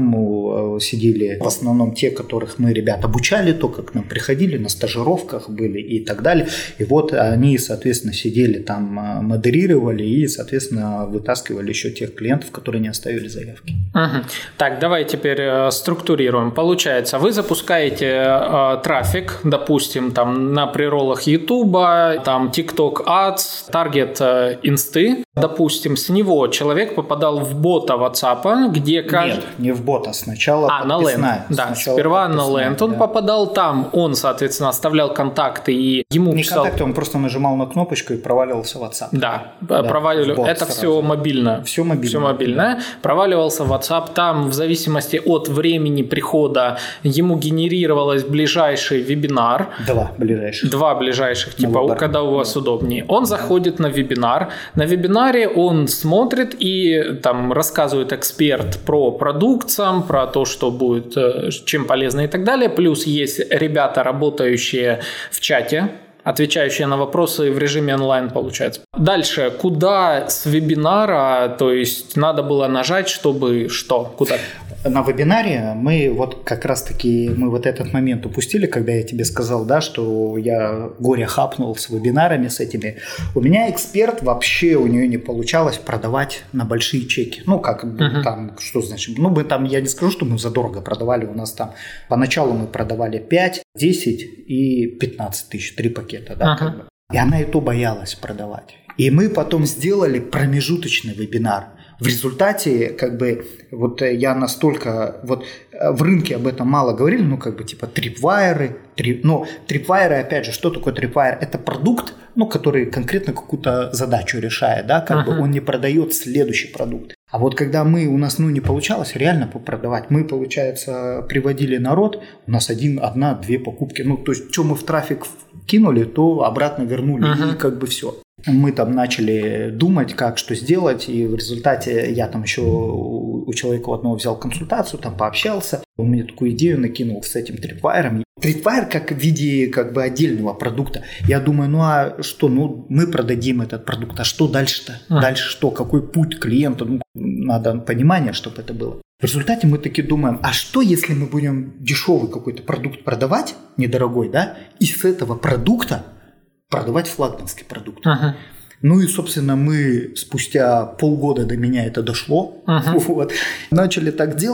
там сидели в основном те, которых мы, ребят, обучали, то, как нам приходили, на стажировках были и так далее. И вот они, соответственно, сидели там, модерировали и, соответственно, вытаскивали еще тех клиентов, которые не оставили заявки. Так, давай теперь структурируем. Получается, вы запускаете трафик, допустим, там на прероллах YouTube, там TikTok Ads, таргет инсты, допустим, с него человек попадал в бота WhatsApp, где Нет, не в бота, сначала на ленд. Да, сперва на ленд он попадал, там он, соответственно, оставлял контакты и ему не писал... контакты, он просто нажимал на кнопочку и проваливался в WhatsApp. Да, проваливал. Это сразу. все мобильно. Все мобильно. Все мобильное. Да. Проваливался в WhatsApp. Там, в зависимости от времени прихода, ему генерировалось ближайший вебинар. 2 ближайших. 2 ближайших, типа, когда у вас удобнее. Он заходит на вебинар. На вебинаре он смотрит и там рассказывает эксперт про продукт сам, про то, что будет, чем полезно и так далее. Плюс есть ребята, работающие в чате, отвечающие на вопросы в режиме онлайн, получается. Дальше, куда с вебинара, то есть надо было нажать, чтобы что? Куда? На вебинаре мы вот как раз-таки, мы вот этот момент упустили, когда я тебе сказал, да, что я горе хапнул с вебинарами, с этими. У меня эксперт, вообще у нее не получалось продавать на большие чеки. Ну, как там, что значит? Ну, мы там, я не скажу, что мы задорого продавали, у нас там поначалу мы продавали 5, 10 и 15 тысяч, 3 пакета, да, как бы. И она и то боялась продавать. И мы потом сделали промежуточный вебинар. В результате, как бы, вот я настолько, вот в рынке об этом мало говорили, ну, как бы, типа, трипвайеры, но трипвайеры, опять же, что такое трипвайер? Это продукт, ну, который конкретно какую-то задачу решает, да, как бы он не продает следующий продукт. А вот когда у нас, не получалось реально продавать, мы, получается, приводили народ, у нас 1-2 покупки, ну, то есть, что мы в трафик кинули, то обратно вернули, и как бы все. Мы там начали думать, как что сделать, и в результате я там еще у человека у одного взял консультацию, там пообщался, он мне такую идею накинул с этим трипвайером. Трипвайер как в виде как бы отдельного продукта. Я думаю, а что, мы продадим этот продукт, а что дальше-то? Дальше что? Какой путь клиента? Надо понимание, чтобы это было. В результате мы таки думаем, а что, если мы будем дешевый какой-то продукт продавать, недорогой, да, и с этого продукта продавать флагманский продукт. Ну и, собственно, мы спустя полгода до меня это дошло, вот, начали так делать.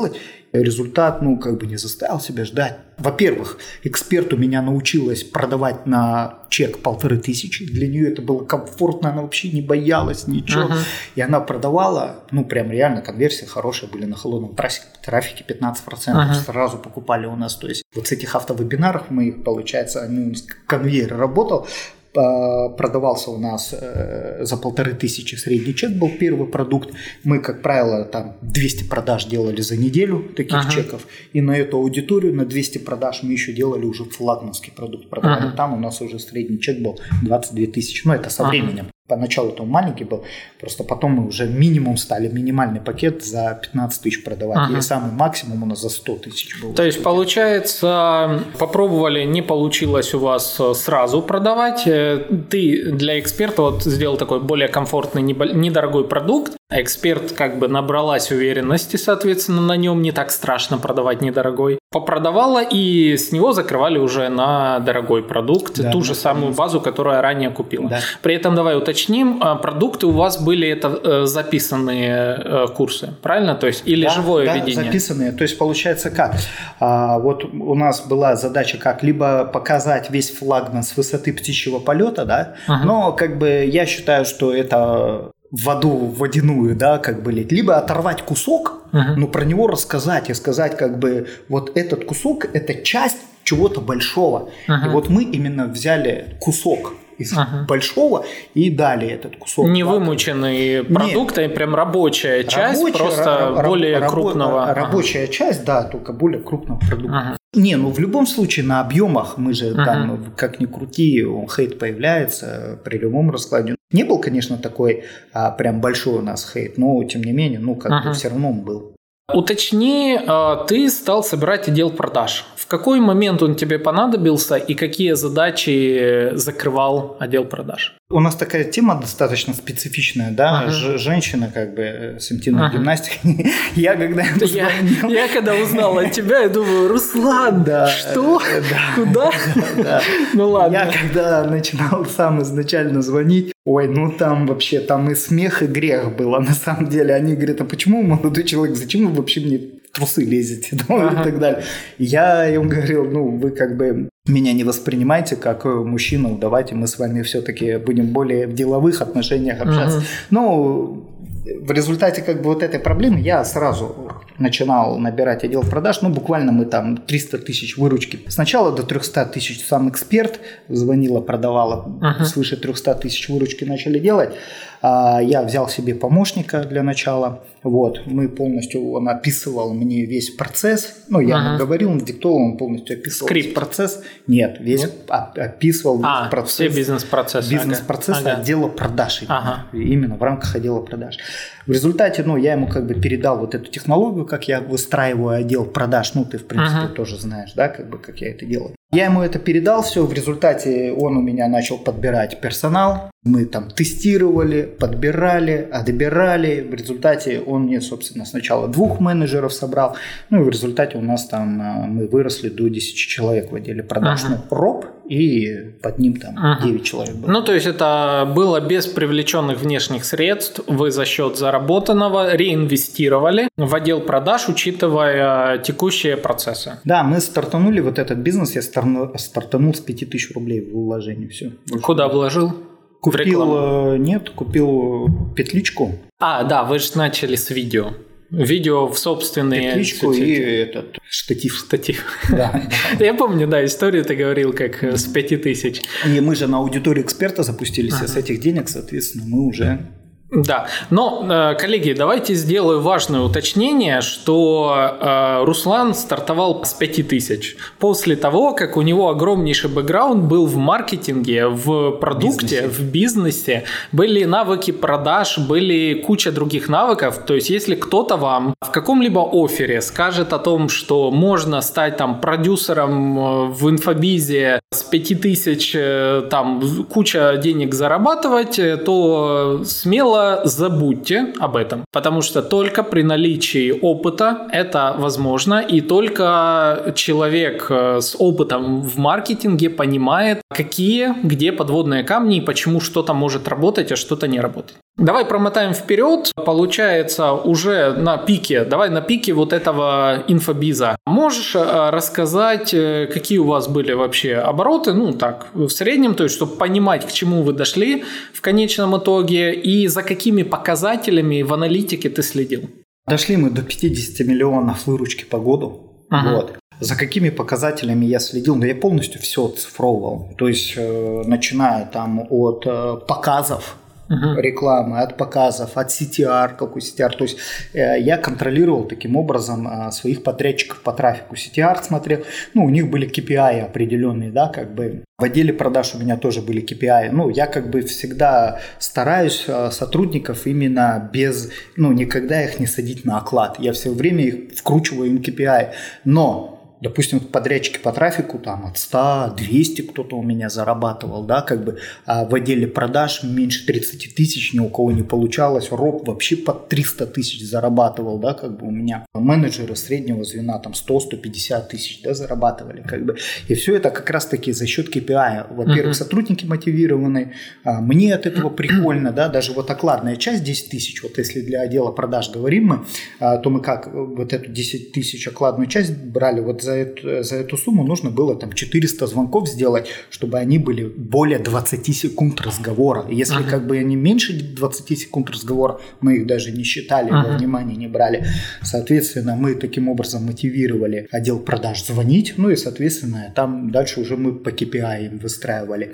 результат, не заставил себя ждать. Во-первых, эксперт у меня научилась продавать на чек 1500. Для нее это было комфортно, она вообще не боялась ничего. И она продавала, прям реально конверсии хорошие были на холодном трафике 15%. Сразу покупали у нас. То есть вот с этих автовебинаров мы их, получается, конвейер работал. Продавался у нас за 1500 средний чек был первый продукт. Мы, как правило, там 200 продаж делали за неделю таких чеков. И на эту аудиторию, на 200 продаж мы еще делали уже флагманский продукт. Продавали. Там у нас уже средний чек был 22 тысячи. Это со временем. Поначалу он маленький был, просто потом мы уже минимальный пакет за 15 тысяч продавать. И самый максимум у нас за 100 тысяч был. То есть, получается, попробовали, не получилось у вас сразу продавать. Ты для эксперта сделал такой более комфортный, недорогой продукт. Эксперт набралась уверенности, соответственно, на нем не так страшно продавать недорогой. Попродавала, и с него закрывали уже на дорогой продукт, ту же самую базу, которую ранее купила. Да. При этом давай уточним, продукты у вас были записанные курсы, правильно? То есть, или живое ведение? Да, записанные. То есть, получается как? Вот у нас была задача либо показать весь флагман с высоты птичьего полета, да, но я считаю, что это... водяную, либо оторвать кусок, но про него рассказать и сказать, вот этот кусок – это часть чего-то большого. И вот мы именно взяли кусок из большого и дали этот кусок. Не вымученный продукт, а прям рабочая часть, просто более крупного. Рабочая часть, да, только более крупного продукта. В любом случае на объемах мы же там, как ни крути, хейт появляется при любом раскладе. Не был, конечно, такой прям большой у нас хейт, но тем не менее, все равно он был. Уточни, ты стал собирать отдел продаж. В какой момент он тебе понадобился и какие задачи закрывал отдел продаж? У нас такая тема достаточно специфичная, да, женщина с интимной гимнастикой. Я когда узнал от тебя, я думаю, Руслан, что? Куда? Ну ладно. Я когда начинал сам изначально звонить, там вообще и смех, и грех было на самом деле. Они говорят, а почему, молодой человек, зачем вы вообще мне в трусы лезете? И так далее. И я им говорил, вы меня не воспринимайте как мужчину, давайте мы с вами все-таки будем более в деловых отношениях общаться. В результате вот этой проблемы я сразу начинал набирать отдел продаж, буквально мы там 300 тысяч выручки. Сначала до 300 тысяч сам эксперт звонила, продавала, свыше 300 тысяч выручки начали делать. Я взял себе помощника для начала. Мы полностью, он описывал мне весь процесс. Я ему говорил, он диктовал, он полностью описывал весь процесс. Нет, описывал весь процесс. Все бизнес-процессы. Бизнес-процессы отдела продаж. Именно в рамках отдела продаж. В результате, я ему передал вот эту технологию, как я выстраиваю отдел продаж. Ты, в принципе, тоже знаешь, да, как я это делаю. Я ему это передал, все. В результате он у меня начал подбирать персонал. Мы там тестировали, подбирали, добирали. В результате он мне, собственно, сначала 2 менеджеров собрал. И в результате у нас там мы выросли до 10 человек в отделе продаж. Роб и под ним там 9 человек было. То есть это было без привлеченных внешних средств. Вы за счет заработанного реинвестировали в отдел продаж, учитывая текущие процессы. Да, мы стартанули вот этот бизнес. Я стартанул с 5000 рублей в вложении. Все. Куда вложил? Купил петличку. Да, вы же начали с видео. Видео в собственные... Петличку и этот штатив. Да. Я помню, историю ты говорил, как с 5000. И мы же на аудиторию эксперта запустились, и с этих денег, соответственно, мы уже... Да, но, коллеги, давайте сделаю важное уточнение, что Руслан стартовал с 5000 после того, как у него огромнейший бэкграунд был в маркетинге, в продукте, в бизнесе, были навыки продаж, были куча других навыков. То есть, если кто-то вам в каком-либо оффере скажет о том, что можно стать там продюсером в инфобизе с 5000, там куча денег зарабатывать, то смело забудьте об этом, потому что только при наличии опыта это возможно, и только человек с опытом в маркетинге понимает, где подводные камни и почему что-то может работать, а что-то не работает. Давай промотаем вперед. Получается, уже на пике, давай на пике вот этого инфобиза. Можешь рассказать, какие у вас были вообще обороты, ну так, в среднем, то есть, чтобы понимать, к чему вы дошли в конечном итоге и за какими показателями в аналитике ты следил? Дошли мы до 50 миллионов выручки по году. Вот. За какими показателями я следил? Да я полностью все оцифровывал. То есть, начиная там от показов, рекламы, от показов, от CTR, какой CTR. То есть я контролировал таким образом своих подрядчиков по трафику. CTR смотрел, ну, у них были KPI определенные, да, как бы. В отделе продаж у меня тоже были KPI. Ну, я как бы всегда стараюсь сотрудников именно без, ну, никогда их не садить на оклад. Я все время их вкручиваю им KPI. Но допустим, подрядчики по трафику там от 100, 200 кто-то у меня зарабатывал, да, как бы, а в отделе продаж меньше 30 тысяч ни у кого не получалось, роб вообще под 300 тысяч зарабатывал, да, как бы у меня менеджеры среднего звена там 100-150 тысяч, да, зарабатывали, как бы, и все это как раз-таки за счет KPI. Во-первых, сотрудники мотивированы, мне от этого прикольно, да, даже вот окладная часть 10 тысяч, вот если для отдела продаж говорим мы, то мы как вот эту 10 тысяч окладную часть брали, вот за эту сумму нужно было там 400 звонков сделать, чтобы они были более 20 секунд разговора. Если как бы они меньше 20 секунд разговора, мы их даже не считали, во внимание не брали. Соответственно, мы таким образом мотивировали отдел продаж звонить, ну и, соответственно, там дальше уже мы по KPI им выстраивали.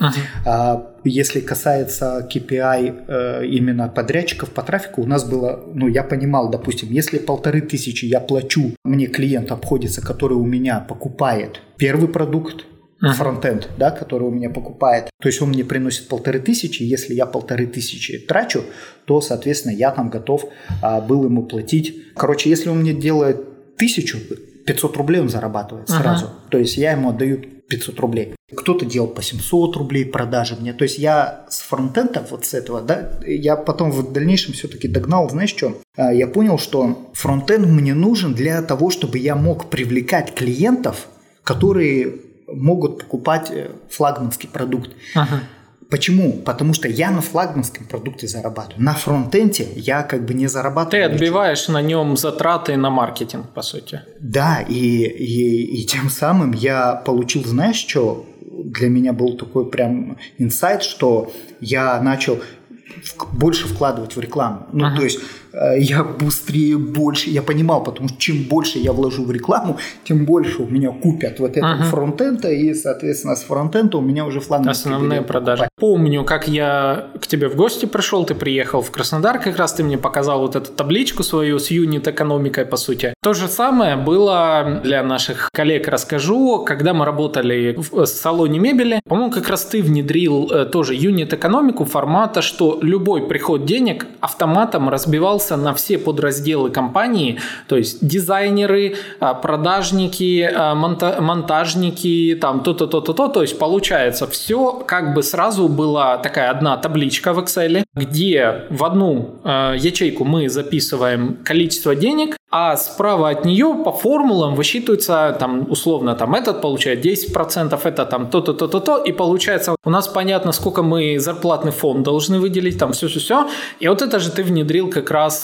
Если касается KPI именно подрядчиков по трафику, у нас было, ну, я понимал, допустим, если 1500 я плачу, мне клиент обходится, который у меня покупает первый продукт, фронтенд, да, который у меня покупает, то есть он мне приносит 1500, если я 1500 трачу, то, соответственно, я там готов был ему платить. Короче, если он мне делает 1000, 500 рублей он зарабатывает сразу, то есть я ему отдаю 500 рублей. Кто-то делал по 700 рублей продажи мне. То есть я с фронтенда вот с этого, да, я потом в дальнейшем все-таки догнал, знаешь что? Я понял, что фронтенд мне нужен для того, чтобы я мог привлекать клиентов, которые могут покупать флагманский продукт. Почему? Потому что я на флагманском продукте зарабатываю. На фронтенде я как бы не зарабатываю. Ты отбиваешь на нем затраты на маркетинг, по сути. Да, и тем самым я получил, знаешь что? Для меня был такой прям инсайт, что я начал больше вкладывать в рекламу. Ну, то есть я быстрее, больше, я понимал, потому что чем больше я вложу в рекламу, тем больше у меня купят вот этого фронтенда, и, соответственно, с фронтенда у меня уже флагманские основные продажи. Помню, как я к тебе в гости пришел, ты приехал в Краснодар, как раз ты мне показал вот эту табличку свою с юнит-экономикой, по сути. То же самое было для наших коллег, расскажу, когда мы работали в салоне мебели, по-моему, как раз ты внедрил тоже юнит-экономику формата, что любой приход денег автоматом разбивался на все подразделы компании, то есть дизайнеры, продажники, монтажники, там то-то, то есть получается все как бы сразу была такая одна табличка в Excel, где в одну ячейку мы записываем количество денег, а справа от нее по формулам высчитывается там условно там этот получает 10%, это там то-то, и получается у нас понятно, сколько мы зарплатный фонд должны выделить, там все, и вот это же ты внедрил как раз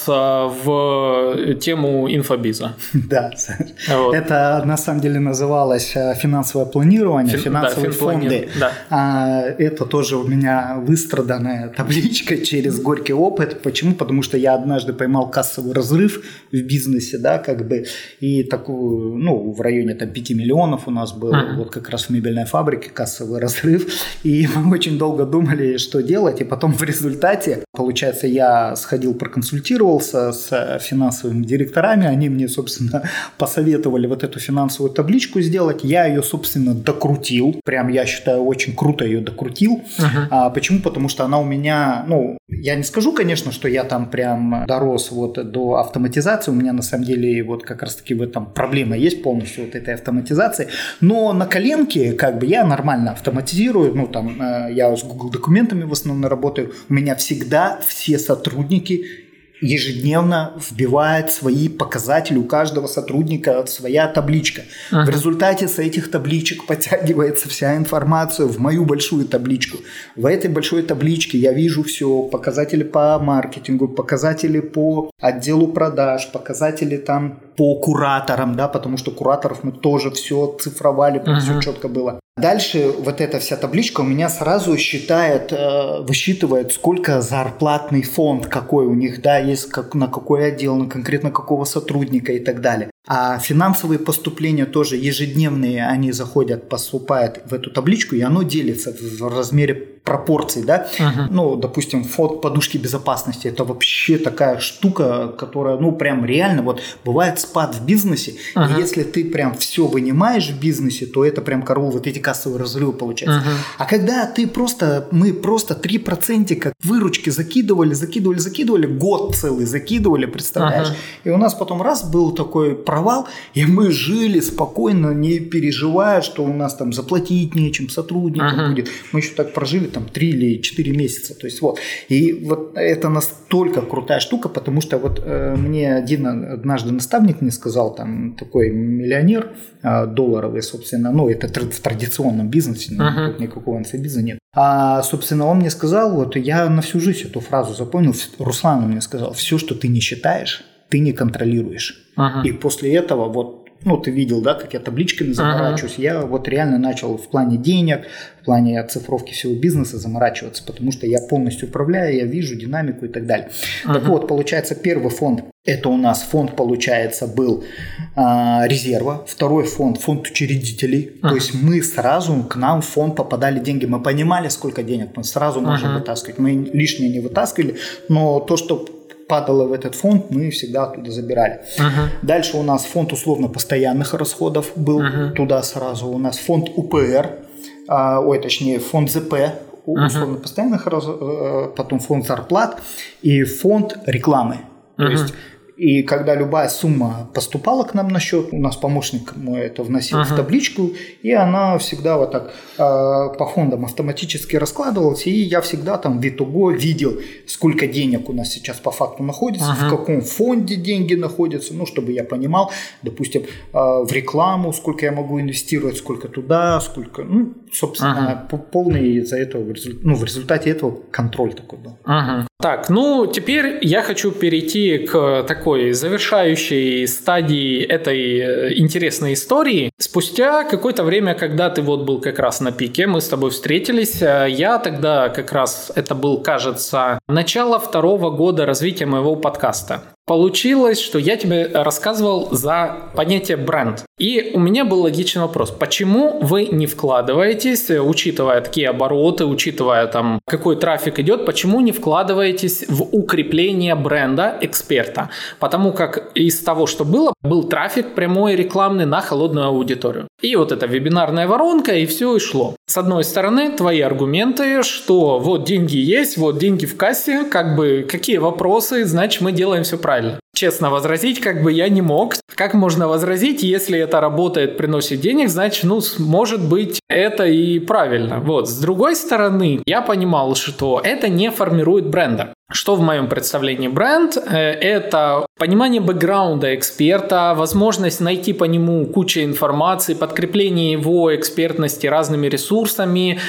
в тему инфобиза. Да, вот. Это на самом деле называлось финансовое планирование, финансовые фонды. Да. Это тоже у меня выстраданная табличка через горький опыт. Почему? Потому что я однажды поймал кассовый разрыв в бизнесе, да, как бы, и такую, ну, в районе там 5 миллионов у нас был вот как раз в мебельной фабрике кассовый разрыв, и мы очень долго думали, что делать, и потом в результате, получается, я сходил проконсультировался с финансовыми директорами, они мне, собственно, посоветовали вот эту финансовую табличку сделать, я ее, собственно, докрутил, прям, я считаю, очень круто ее докрутил. Почему? Потому что она у меня, ну, я не скажу, конечно, что я там прям дорос вот до автоматизации, у меня на самом деле вот как раз-таки в этом проблема есть полностью вот этой автоматизации, но на коленке как бы я нормально автоматизирую, ну там я с Google документами в основном работаю, у меня всегда все сотрудники ежедневно вбивает свои показатели, у каждого сотрудника своя табличка. В результате с этих табличек подтягивается вся информация в мою большую табличку. В этой большой табличке я вижу все, показатели по маркетингу, показатели по отделу продаж, показатели там по кураторам, да, потому что кураторов мы тоже все цифровали, все четко было. Дальше вот эта вся табличка у меня сразу высчитывает, сколько зарплатный фонд, какой у них, да, есть, на какой отдел, на конкретно какого сотрудника и так далее. А финансовые поступления тоже ежедневные, они поступают в эту табличку, и оно делится в размере пропорций, да. Ну, допустим, фонд подушки безопасности, это вообще такая штука, которая, ну, прям реально, вот бывает спад в бизнесе, и если ты прям все вынимаешь в бизнесе, то это прям караул, вот эти кассовые разрывы получаются. А когда мы просто 3% как выручки закидывали, год целый закидывали, представляешь? И у нас потом раз был такой провал, и мы жили спокойно, не переживая, что у нас там заплатить нечем, сотрудникам будет. Мы еще так прожили там 3 или 4 месяца. То есть вот. И вот это настолько крутая штука, потому что вот мне однажды наставник мне сказал, там такой миллионер долларовый, собственно, ну это в традиционном бизнесе, тут никакого инфобиза нет. А, собственно, он мне сказал, вот я на всю жизнь эту фразу запомнил, Руслан мне сказал, все, что ты не считаешь, ты не контролируешь. И после этого вот, ну, ты видел, да, как я табличками заморачиваюсь. Я вот реально начал в плане денег, в плане оцифровки всего бизнеса заморачиваться, потому что я полностью управляю, я вижу динамику и так далее. Так вот, получается, первый фонд, это у нас фонд, получается, был резерва. Второй фонд учредителей. То есть мы сразу, к нам в фонд попадали деньги. Мы понимали, сколько денег мы сразу можем вытаскивать. Мы лишнее не вытаскивали, но то, что падало в этот фонд, мы всегда оттуда забирали. Дальше у нас фонд условно-постоянных расходов был туда сразу. У нас фонд УПР, фонд ЗП, условно-постоянных расходов, потом фонд зарплат и фонд рекламы. То есть, и когда любая сумма поступала к нам на счет, у нас помощник мой это вносил в табличку, и она всегда вот так по фондам автоматически раскладывалась, и я всегда там в итоге видел, сколько денег у нас сейчас по факту находится, в каком фонде деньги находятся, ну, чтобы я понимал, допустим, в рекламу, сколько я могу инвестировать, сколько туда, сколько, ну, собственно, полный из-за этого, в результате этого контроль такой был. Так, ну, теперь я хочу перейти к такой завершающей стадии этой интересной истории. Спустя какое-то время, когда ты вот был как раз на пике, мы с тобой встретились, я тогда как раз, это был, кажется, начало 2-го года развития моего подкаста. Получилось, что я тебе рассказывал за понятие бренд. И у меня был логичный вопрос. Почему вы не вкладываетесь, учитывая такие обороты, учитывая там какой трафик идет, почему не вкладываетесь в укрепление бренда эксперта? Потому как из того, что было, был трафик прямой рекламный на холодную аудиторию. И вот эта вебинарная воронка, и все и шло. С одной стороны, твои аргументы, что вот деньги есть, вот деньги в кассе, как бы какие вопросы, значит мы делаем все правильно. Честно возразить, как бы я не мог. Как можно возразить, если это работает, приносит денег, значит, ну, может быть, это и правильно. Вот. С другой стороны, я понимал, что это не формирует бренда. Что в моем представлении бренд? Это понимание бэкграунда эксперта, возможность найти по нему кучу информации, подкрепление его экспертности разными ресурсами,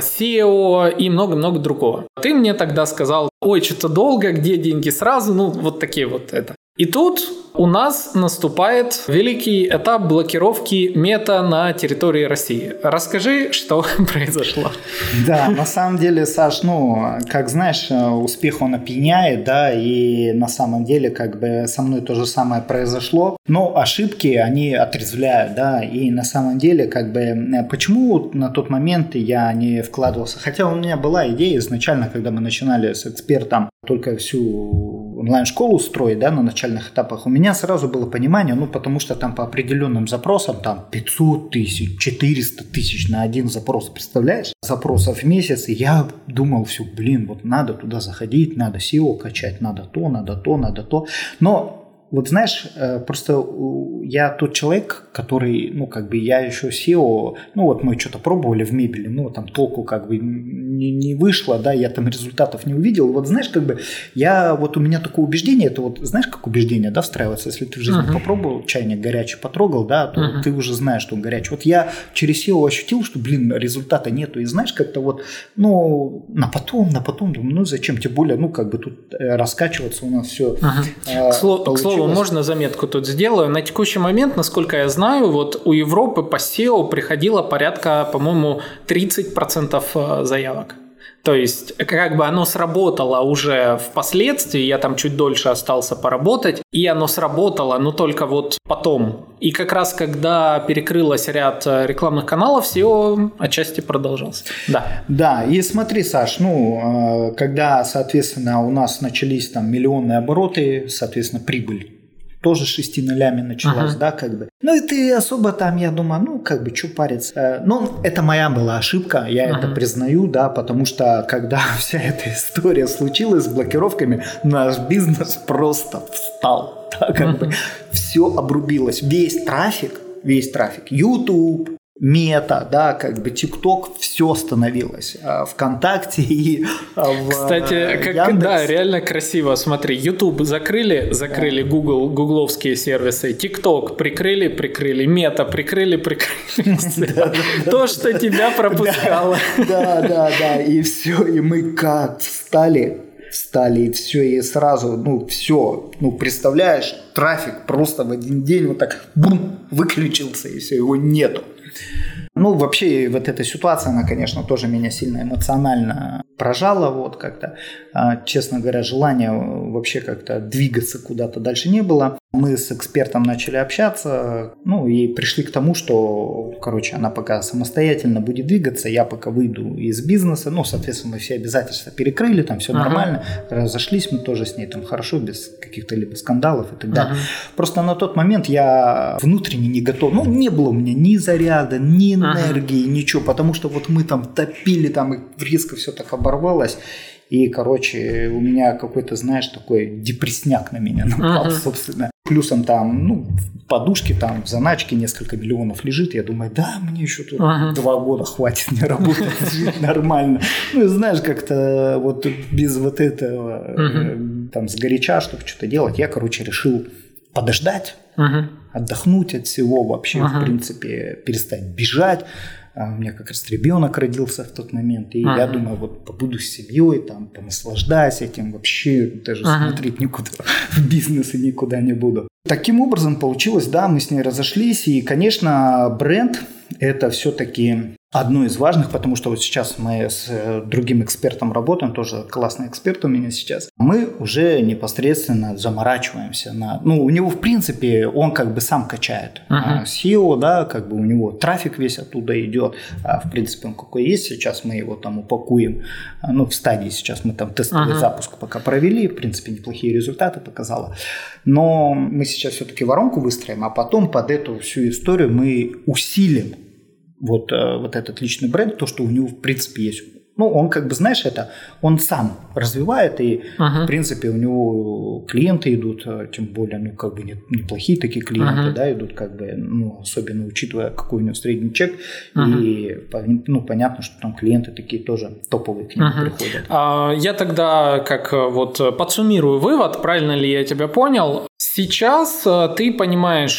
SEO и много-много другого. Ты мне тогда сказал, ой, что-то долго, где деньги сразу, ну вот такие вот это. И тут у нас наступает великий этап блокировки мета на территории России. Расскажи, что произошло. Да, на самом деле, Саш, как знаешь, успех он опьяняет, да, и на самом деле как бы со мной то же самое произошло. Но ошибки, они отрезвляют, да, и на самом деле как бы почему на тот момент я не вкладывался, хотя у меня была идея изначально, когда мы начинали с экспертом только всю онлайн-школу строить, да, на начальных этапах, у меня сразу было понимание, потому что там по определенным запросам, там 500 тысяч, 400 тысяч на один запрос, представляешь, запросов в месяц, и я думал, вот надо туда заходить, надо SEO качать, надо то, но Вот знаешь, просто я тот человек, который, я еще SEO, мы что-то пробовали в мебели, там толку не вышло, да, я там результатов не увидел. Вот знаешь, у меня такое убеждение, это знаешь, как убеждение, да, встраивается, если ты в жизни попробовал, чайник горячий потрогал, да, то ты уже знаешь, что он горячий. Вот я через SEO ощутил, что, результата нету, и знаешь, как-то на потом, думаю, зачем, тем более, тут раскачиваться у нас все. К слову, можно заметку тут сделаю. На текущий момент, насколько я знаю, вот у Европы по SEO приходило порядка, по-моему, 30% заявок. То есть, оно сработало уже впоследствии, я там чуть дольше остался поработать, и оно сработало, но только потом. И как раз, когда перекрылось ряд рекламных каналов, SEO отчасти продолжался. Да. Да, и смотри, Саш, когда, соответственно, у нас начались там миллионные обороты, соответственно, прибыль тоже 6 нулями началась, да, и ты особо там, я думаю, что париться. Это моя была ошибка, я это признаю, да, потому что, когда вся эта история случилась с блокировками, наш бизнес просто встал, да, все обрубилось, весь трафик, YouTube, Мета, да, TikTok, все становилось. ВКонтакте и Кстати, Яндекс. Да, реально красиво. Смотри, YouTube закрыли гугловские сервисы, TikTok прикрыли, Мета прикрыли. То, что тебя пропускало. Да, и все, и мы как встали, и все, и сразу, все, представляешь, трафик просто в один день бум, выключился, и все, его нету. Вообще, вот эта ситуация, она, конечно, тоже меня сильно эмоционально прожала, как-то. Честно говоря, желания вообще как-то двигаться куда-то дальше не было. Мы с экспертом начали общаться, и пришли к тому, что, она пока самостоятельно будет двигаться, я пока выйду из бизнеса, соответственно, мы все обязательства перекрыли, там все нормально, разошлись мы тоже с ней там хорошо, без каких-то либо скандалов и так далее. Просто на тот момент я внутренне не готов, не было у меня ни заряда, ни энергии, ничего, потому что мы там топили, там и резко все так оборвалось. И, у меня какой-то, знаешь, такой депрессняк на меня напал, собственно. Плюсом там, подушки там в заначке несколько миллионов лежит. Я думаю, да, мне еще тут 2 года хватит мне работать, жить нормально. Знаешь, как-то без этого, там, сгоряча, чтобы что-то делать, я, решил подождать, отдохнуть от всего вообще, в принципе, перестать бежать. У меня как раз ребенок родился в тот момент, и я думаю, побуду с семьей, там, понаслаждаюсь этим, вообще даже смотреть никуда, в бизнесе никуда не буду. Таким образом получилось, да, мы с ней разошлись, и, конечно, бренд – это все-таки одно из важных, потому что сейчас мы с другим экспертом работаем, тоже классный эксперт у меня сейчас. Мы уже непосредственно заморачиваемся на... у него, в принципе, он сам качает SEO, да, у него трафик весь оттуда идет. В принципе, он какой есть, сейчас мы его там упакуем. В стадии сейчас мы там тестовый запуск пока провели, в принципе, неплохие результаты показало. Но мы сейчас все-таки воронку выстроим, а потом под эту всю историю мы усилим вот этот личный бренд, то, что у него, в принципе, есть. Он знаешь, он сам развивает, и, в принципе, у него клиенты идут, тем более, неплохие такие клиенты, да, идут, особенно учитывая, какой у него средний чек, и, понятно, что там клиенты такие тоже топовые к нему приходят. Я тогда подсуммирую вывод, правильно ли я тебя понял. Сейчас ты понимаешь,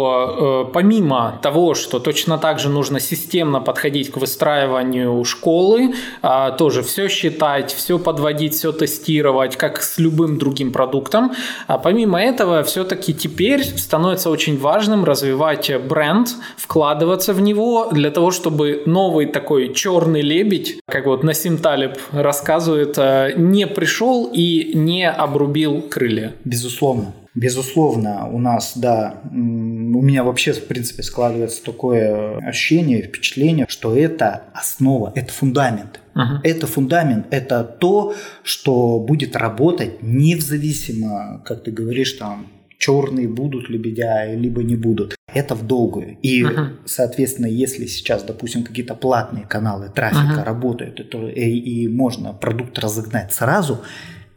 что помимо того, что точно так же нужно системно подходить к выстраиванию школы, тоже все считать, все подводить, все тестировать, как с любым другим продуктом, помимо этого все-таки теперь становится очень важным развивать бренд, вкладываться в него для того, чтобы новый такой черный лебедь, как Насим Талеб рассказывает, не пришел и не обрубил крылья. Безусловно, у нас, да, у меня вообще, в принципе, складывается такое ощущение, впечатление, что это основа, это фундамент. Это фундамент, это то, что будет работать независимо, как ты говоришь, там, черные будут лебедя, либо не будут. Это в долгую. И, соответственно, если сейчас, допустим, какие-то платные каналы трафика работают, и можно продукт разогнать сразу,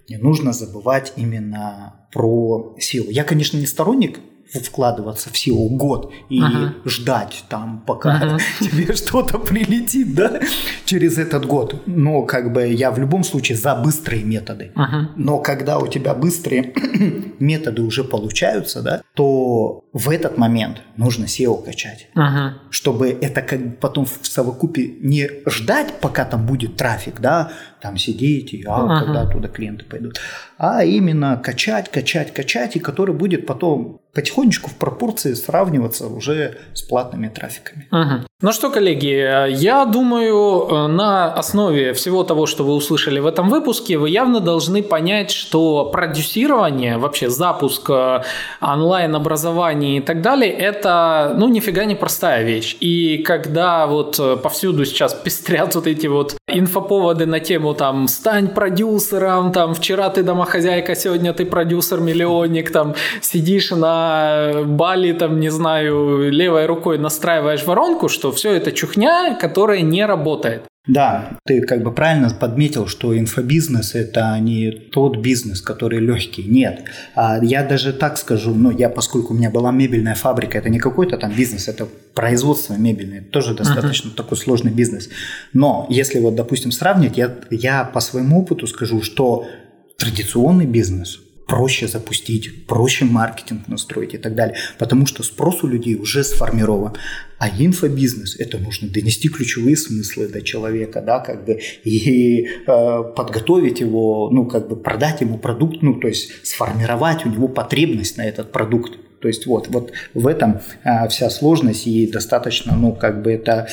не нужно забывать именно про SEO. Я, конечно, не сторонник вкладываться в SEO год и ждать там, пока тебе что-то прилетит, да, через этот год. Но как бы я в любом случае за быстрые методы. Но когда у тебя быстрые методы уже получаются, да, то в этот момент нужно SEO качать. Чтобы это как бы потом в совокупе не ждать, пока там будет трафик, да, там сидеть, и когда туда клиенты пойдут, а именно качать, и который будет потом потихонечку в пропорции сравниваться уже с платными трафиками. Ну что, коллеги, я думаю, на основе всего того, что вы услышали в этом выпуске, вы явно должны понять, что продюсирование, вообще запуск онлайн-образования и так далее, это, нифига не простая вещь. И когда вот повсюду сейчас пестрят вот эти вот инфоповоды на тему там «стань продюсером», там «вчера ты домохозяйка, сегодня ты продюсер-миллионник», там сидишь на Бали, там, не знаю, левой рукой настраиваешь воронку, что все это чухня, которая не работает. Да, ты как бы правильно подметил, что инфобизнес – это не тот бизнес, который легкий. Нет, я даже так скажу, поскольку у меня была мебельная фабрика, это не какой-то там бизнес, это производство мебельное, это тоже достаточно такой сложный бизнес. Но если вот, допустим, сравнить, я по своему опыту скажу, что традиционный бизнес проще запустить, проще маркетинг настроить и так далее, потому что спрос у людей уже сформирован. А инфобизнес – это нужно донести ключевые смыслы до человека, да, как бы, и подготовить его, продать ему продукт, то есть сформировать у него потребность на этот продукт. То есть вот в этом вся сложность, и достаточно, это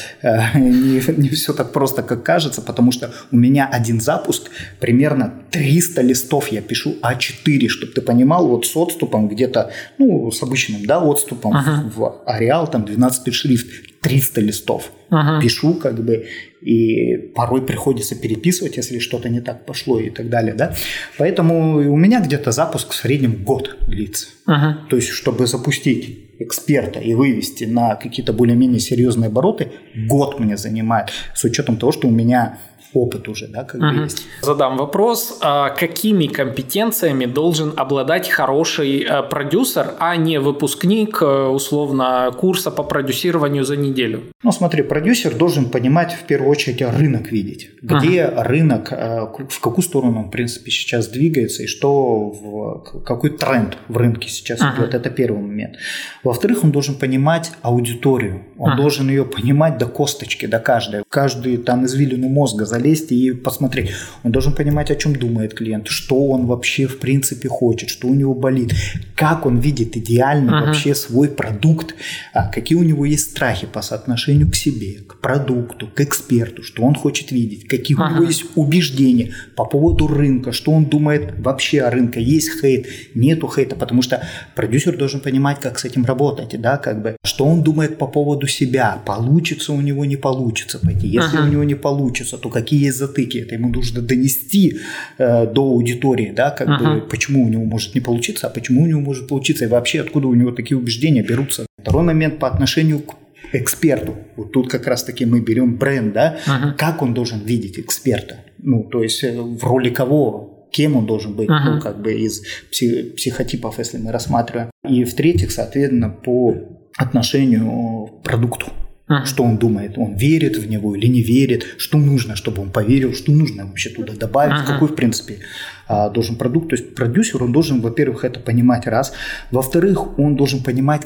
не все так просто, как кажется, потому что у меня один запуск, примерно 300 листов я пишу А4, чтобы ты понимал, вот с отступом где-то, с обычным, да, отступом в Arial, там 12 шрифт, 300 листов пишу, как бы, и порой приходится переписывать, если что-то не так пошло и так далее, да. Поэтому у меня где-то запуск в среднем год длится. То есть, чтобы запустить эксперта и вывести на какие-то более-менее серьезные обороты, год мне занимает, с учетом того, что у меня опыт уже, да, как бы есть. Задам вопрос, какими компетенциями должен обладать хороший продюсер, а не выпускник, условно, курса по продюсированию за неделю? Смотри, продюсер должен понимать, в первую очередь, рынок видеть. Где рынок, в какую сторону он, в принципе, сейчас двигается, и какой тренд в рынке сейчас идет. Это первый момент. Во-вторых, он должен понимать аудиторию. Он должен ее понимать до косточки, до каждой. Каждую там извилину мозга залезть и посмотреть. Он должен понимать, о чем думает клиент, что он вообще в принципе хочет, что у него болит, как он видит идеально вообще свой продукт, какие у него есть страхи по соотношению к себе, к продукту, к эксперту, что он хочет видеть, какие у него есть убеждения по поводу рынка, что он думает вообще о рынке, есть хейт, нету хейта, потому что продюсер должен понимать, как с этим работать, да, как бы, что он думает по поводу себя, получится у него, не получится пойти, если у него не получится, то какие есть затыки, это ему нужно донести до аудитории, да, как бы, почему у него может не получиться, а почему у него может получиться, и вообще откуда у него такие убеждения берутся. Второй момент по отношению к эксперту. Вот тут как раз-таки мы берем бренд, да, как он должен видеть эксперта, то есть в роли кого, кем он должен быть, как бы из психотипов, если мы рассматриваем. И в-третьих, соответственно, по отношению к продукту. Что он думает, он верит в него или не верит, что нужно, чтобы он поверил, что нужно вообще туда добавить, какой, в принципе, должен продукт. То есть продюсер, он должен, во-первых, это понимать, раз. Во-вторых, он должен понимать,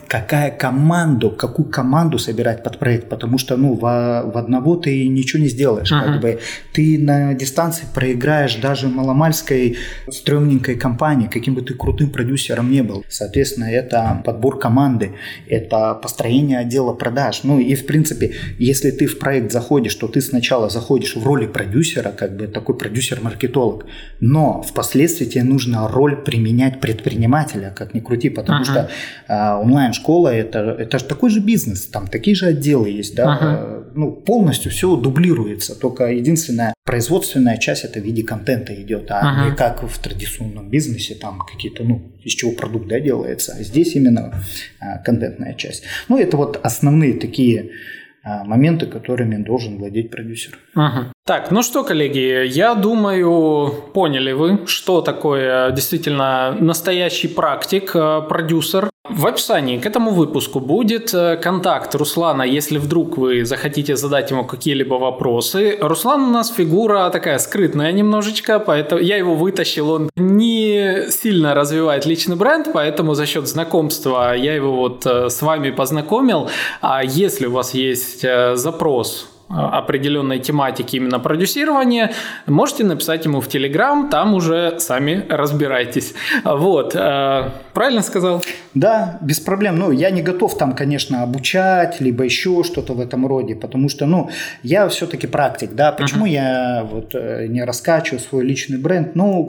какую команду собирать под проект, потому что, в одного ты ничего не сделаешь. Как бы ты на дистанции проиграешь даже маломальской стрёмненькой компании, каким бы ты крутым продюсером не был. Соответственно, это подбор команды, это построение отдела продаж. И, в принципе, если ты в проект заходишь, то ты сначала заходишь в роли продюсера, как бы такой продюсер-маркетолог, но впоследствии тебе нужно роль применять предпринимателя, как ни крути, потому что онлайн-школа это же такой же бизнес, там такие же отделы есть, да, полностью все дублируется, только единственная производственная часть это в виде контента идет, а не как в традиционном бизнесе, там какие-то, из чего продукт, да, делается, а здесь именно контентная часть. Это вот основные такие моменты, которыми должен владеть продюсер. Угу. Так, ну что, коллеги, я думаю, поняли вы, что такое действительно настоящий практик, продюсер. В описании к этому выпуску будет контакт Руслана, если вдруг вы захотите задать ему какие-либо вопросы. Руслан у нас фигура такая скрытная немножечко, поэтому я его вытащил, он не сильно развивает личный бренд, поэтому за счет знакомства я его вот с вами познакомил. А если у вас есть запрос определенной тематики именно продюсирования, можете написать ему в Telegram, там уже сами разбирайтесь. Вот, правильно сказал? Да, без проблем. Ну, я не готов там, конечно, обучать, либо еще что-то в этом роде, потому что, я все-таки практик, да, почему я вот не раскачиваю свой личный бренд?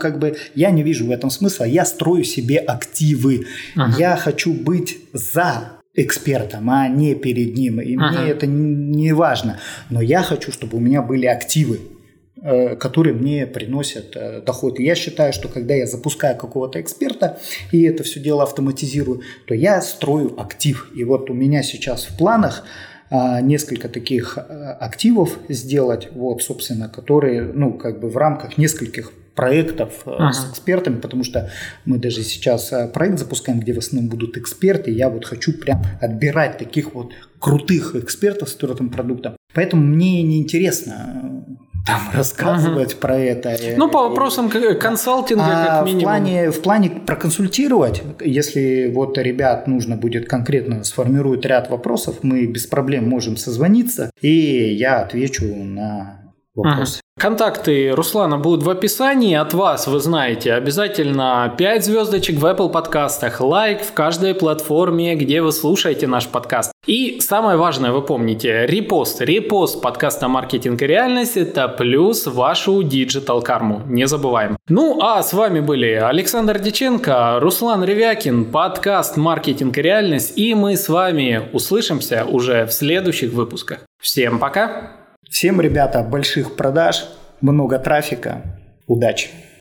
Я не вижу в этом смысла, я строю себе активы, я хочу быть за экспертом, а не перед ним. И мне это не важно. Но я хочу, чтобы у меня были активы, которые мне приносят доход. И я считаю, что когда я запускаю какого-то эксперта и это все дело автоматизирую, то я строю актив. И вот у меня сейчас в планах несколько таких активов сделать, вот, собственно, которые, в рамках нескольких проектов с экспертами, потому что мы даже сейчас проект запускаем, где в основном будут эксперты, и я вот хочу прям отбирать таких вот крутых экспертов с этим продуктом. Поэтому мне неинтересно там рассказывать про это. По вопросам консалтинга, как минимум. В плане проконсультировать, если вот ребят нужно будет конкретно сформируют ряд вопросов, мы без проблем можем созвониться, и я отвечу на вопросы. Контакты Руслана будут в описании. От вас, вы знаете, обязательно 5 звездочек в Apple подкастах, лайк в каждой платформе, где вы слушаете наш подкаст. И самое важное, вы помните, репост подкаста «Маркетинг и реальность» – это плюс вашу диджитал-карму. Не забываем. А с вами были Александр Дьяченко, Руслан Ревякин, подкаст «Маркетинг и реальность», и мы с вами услышимся уже в следующих выпусках. Всем пока! Всем, ребята, больших продаж, много трафика, удачи!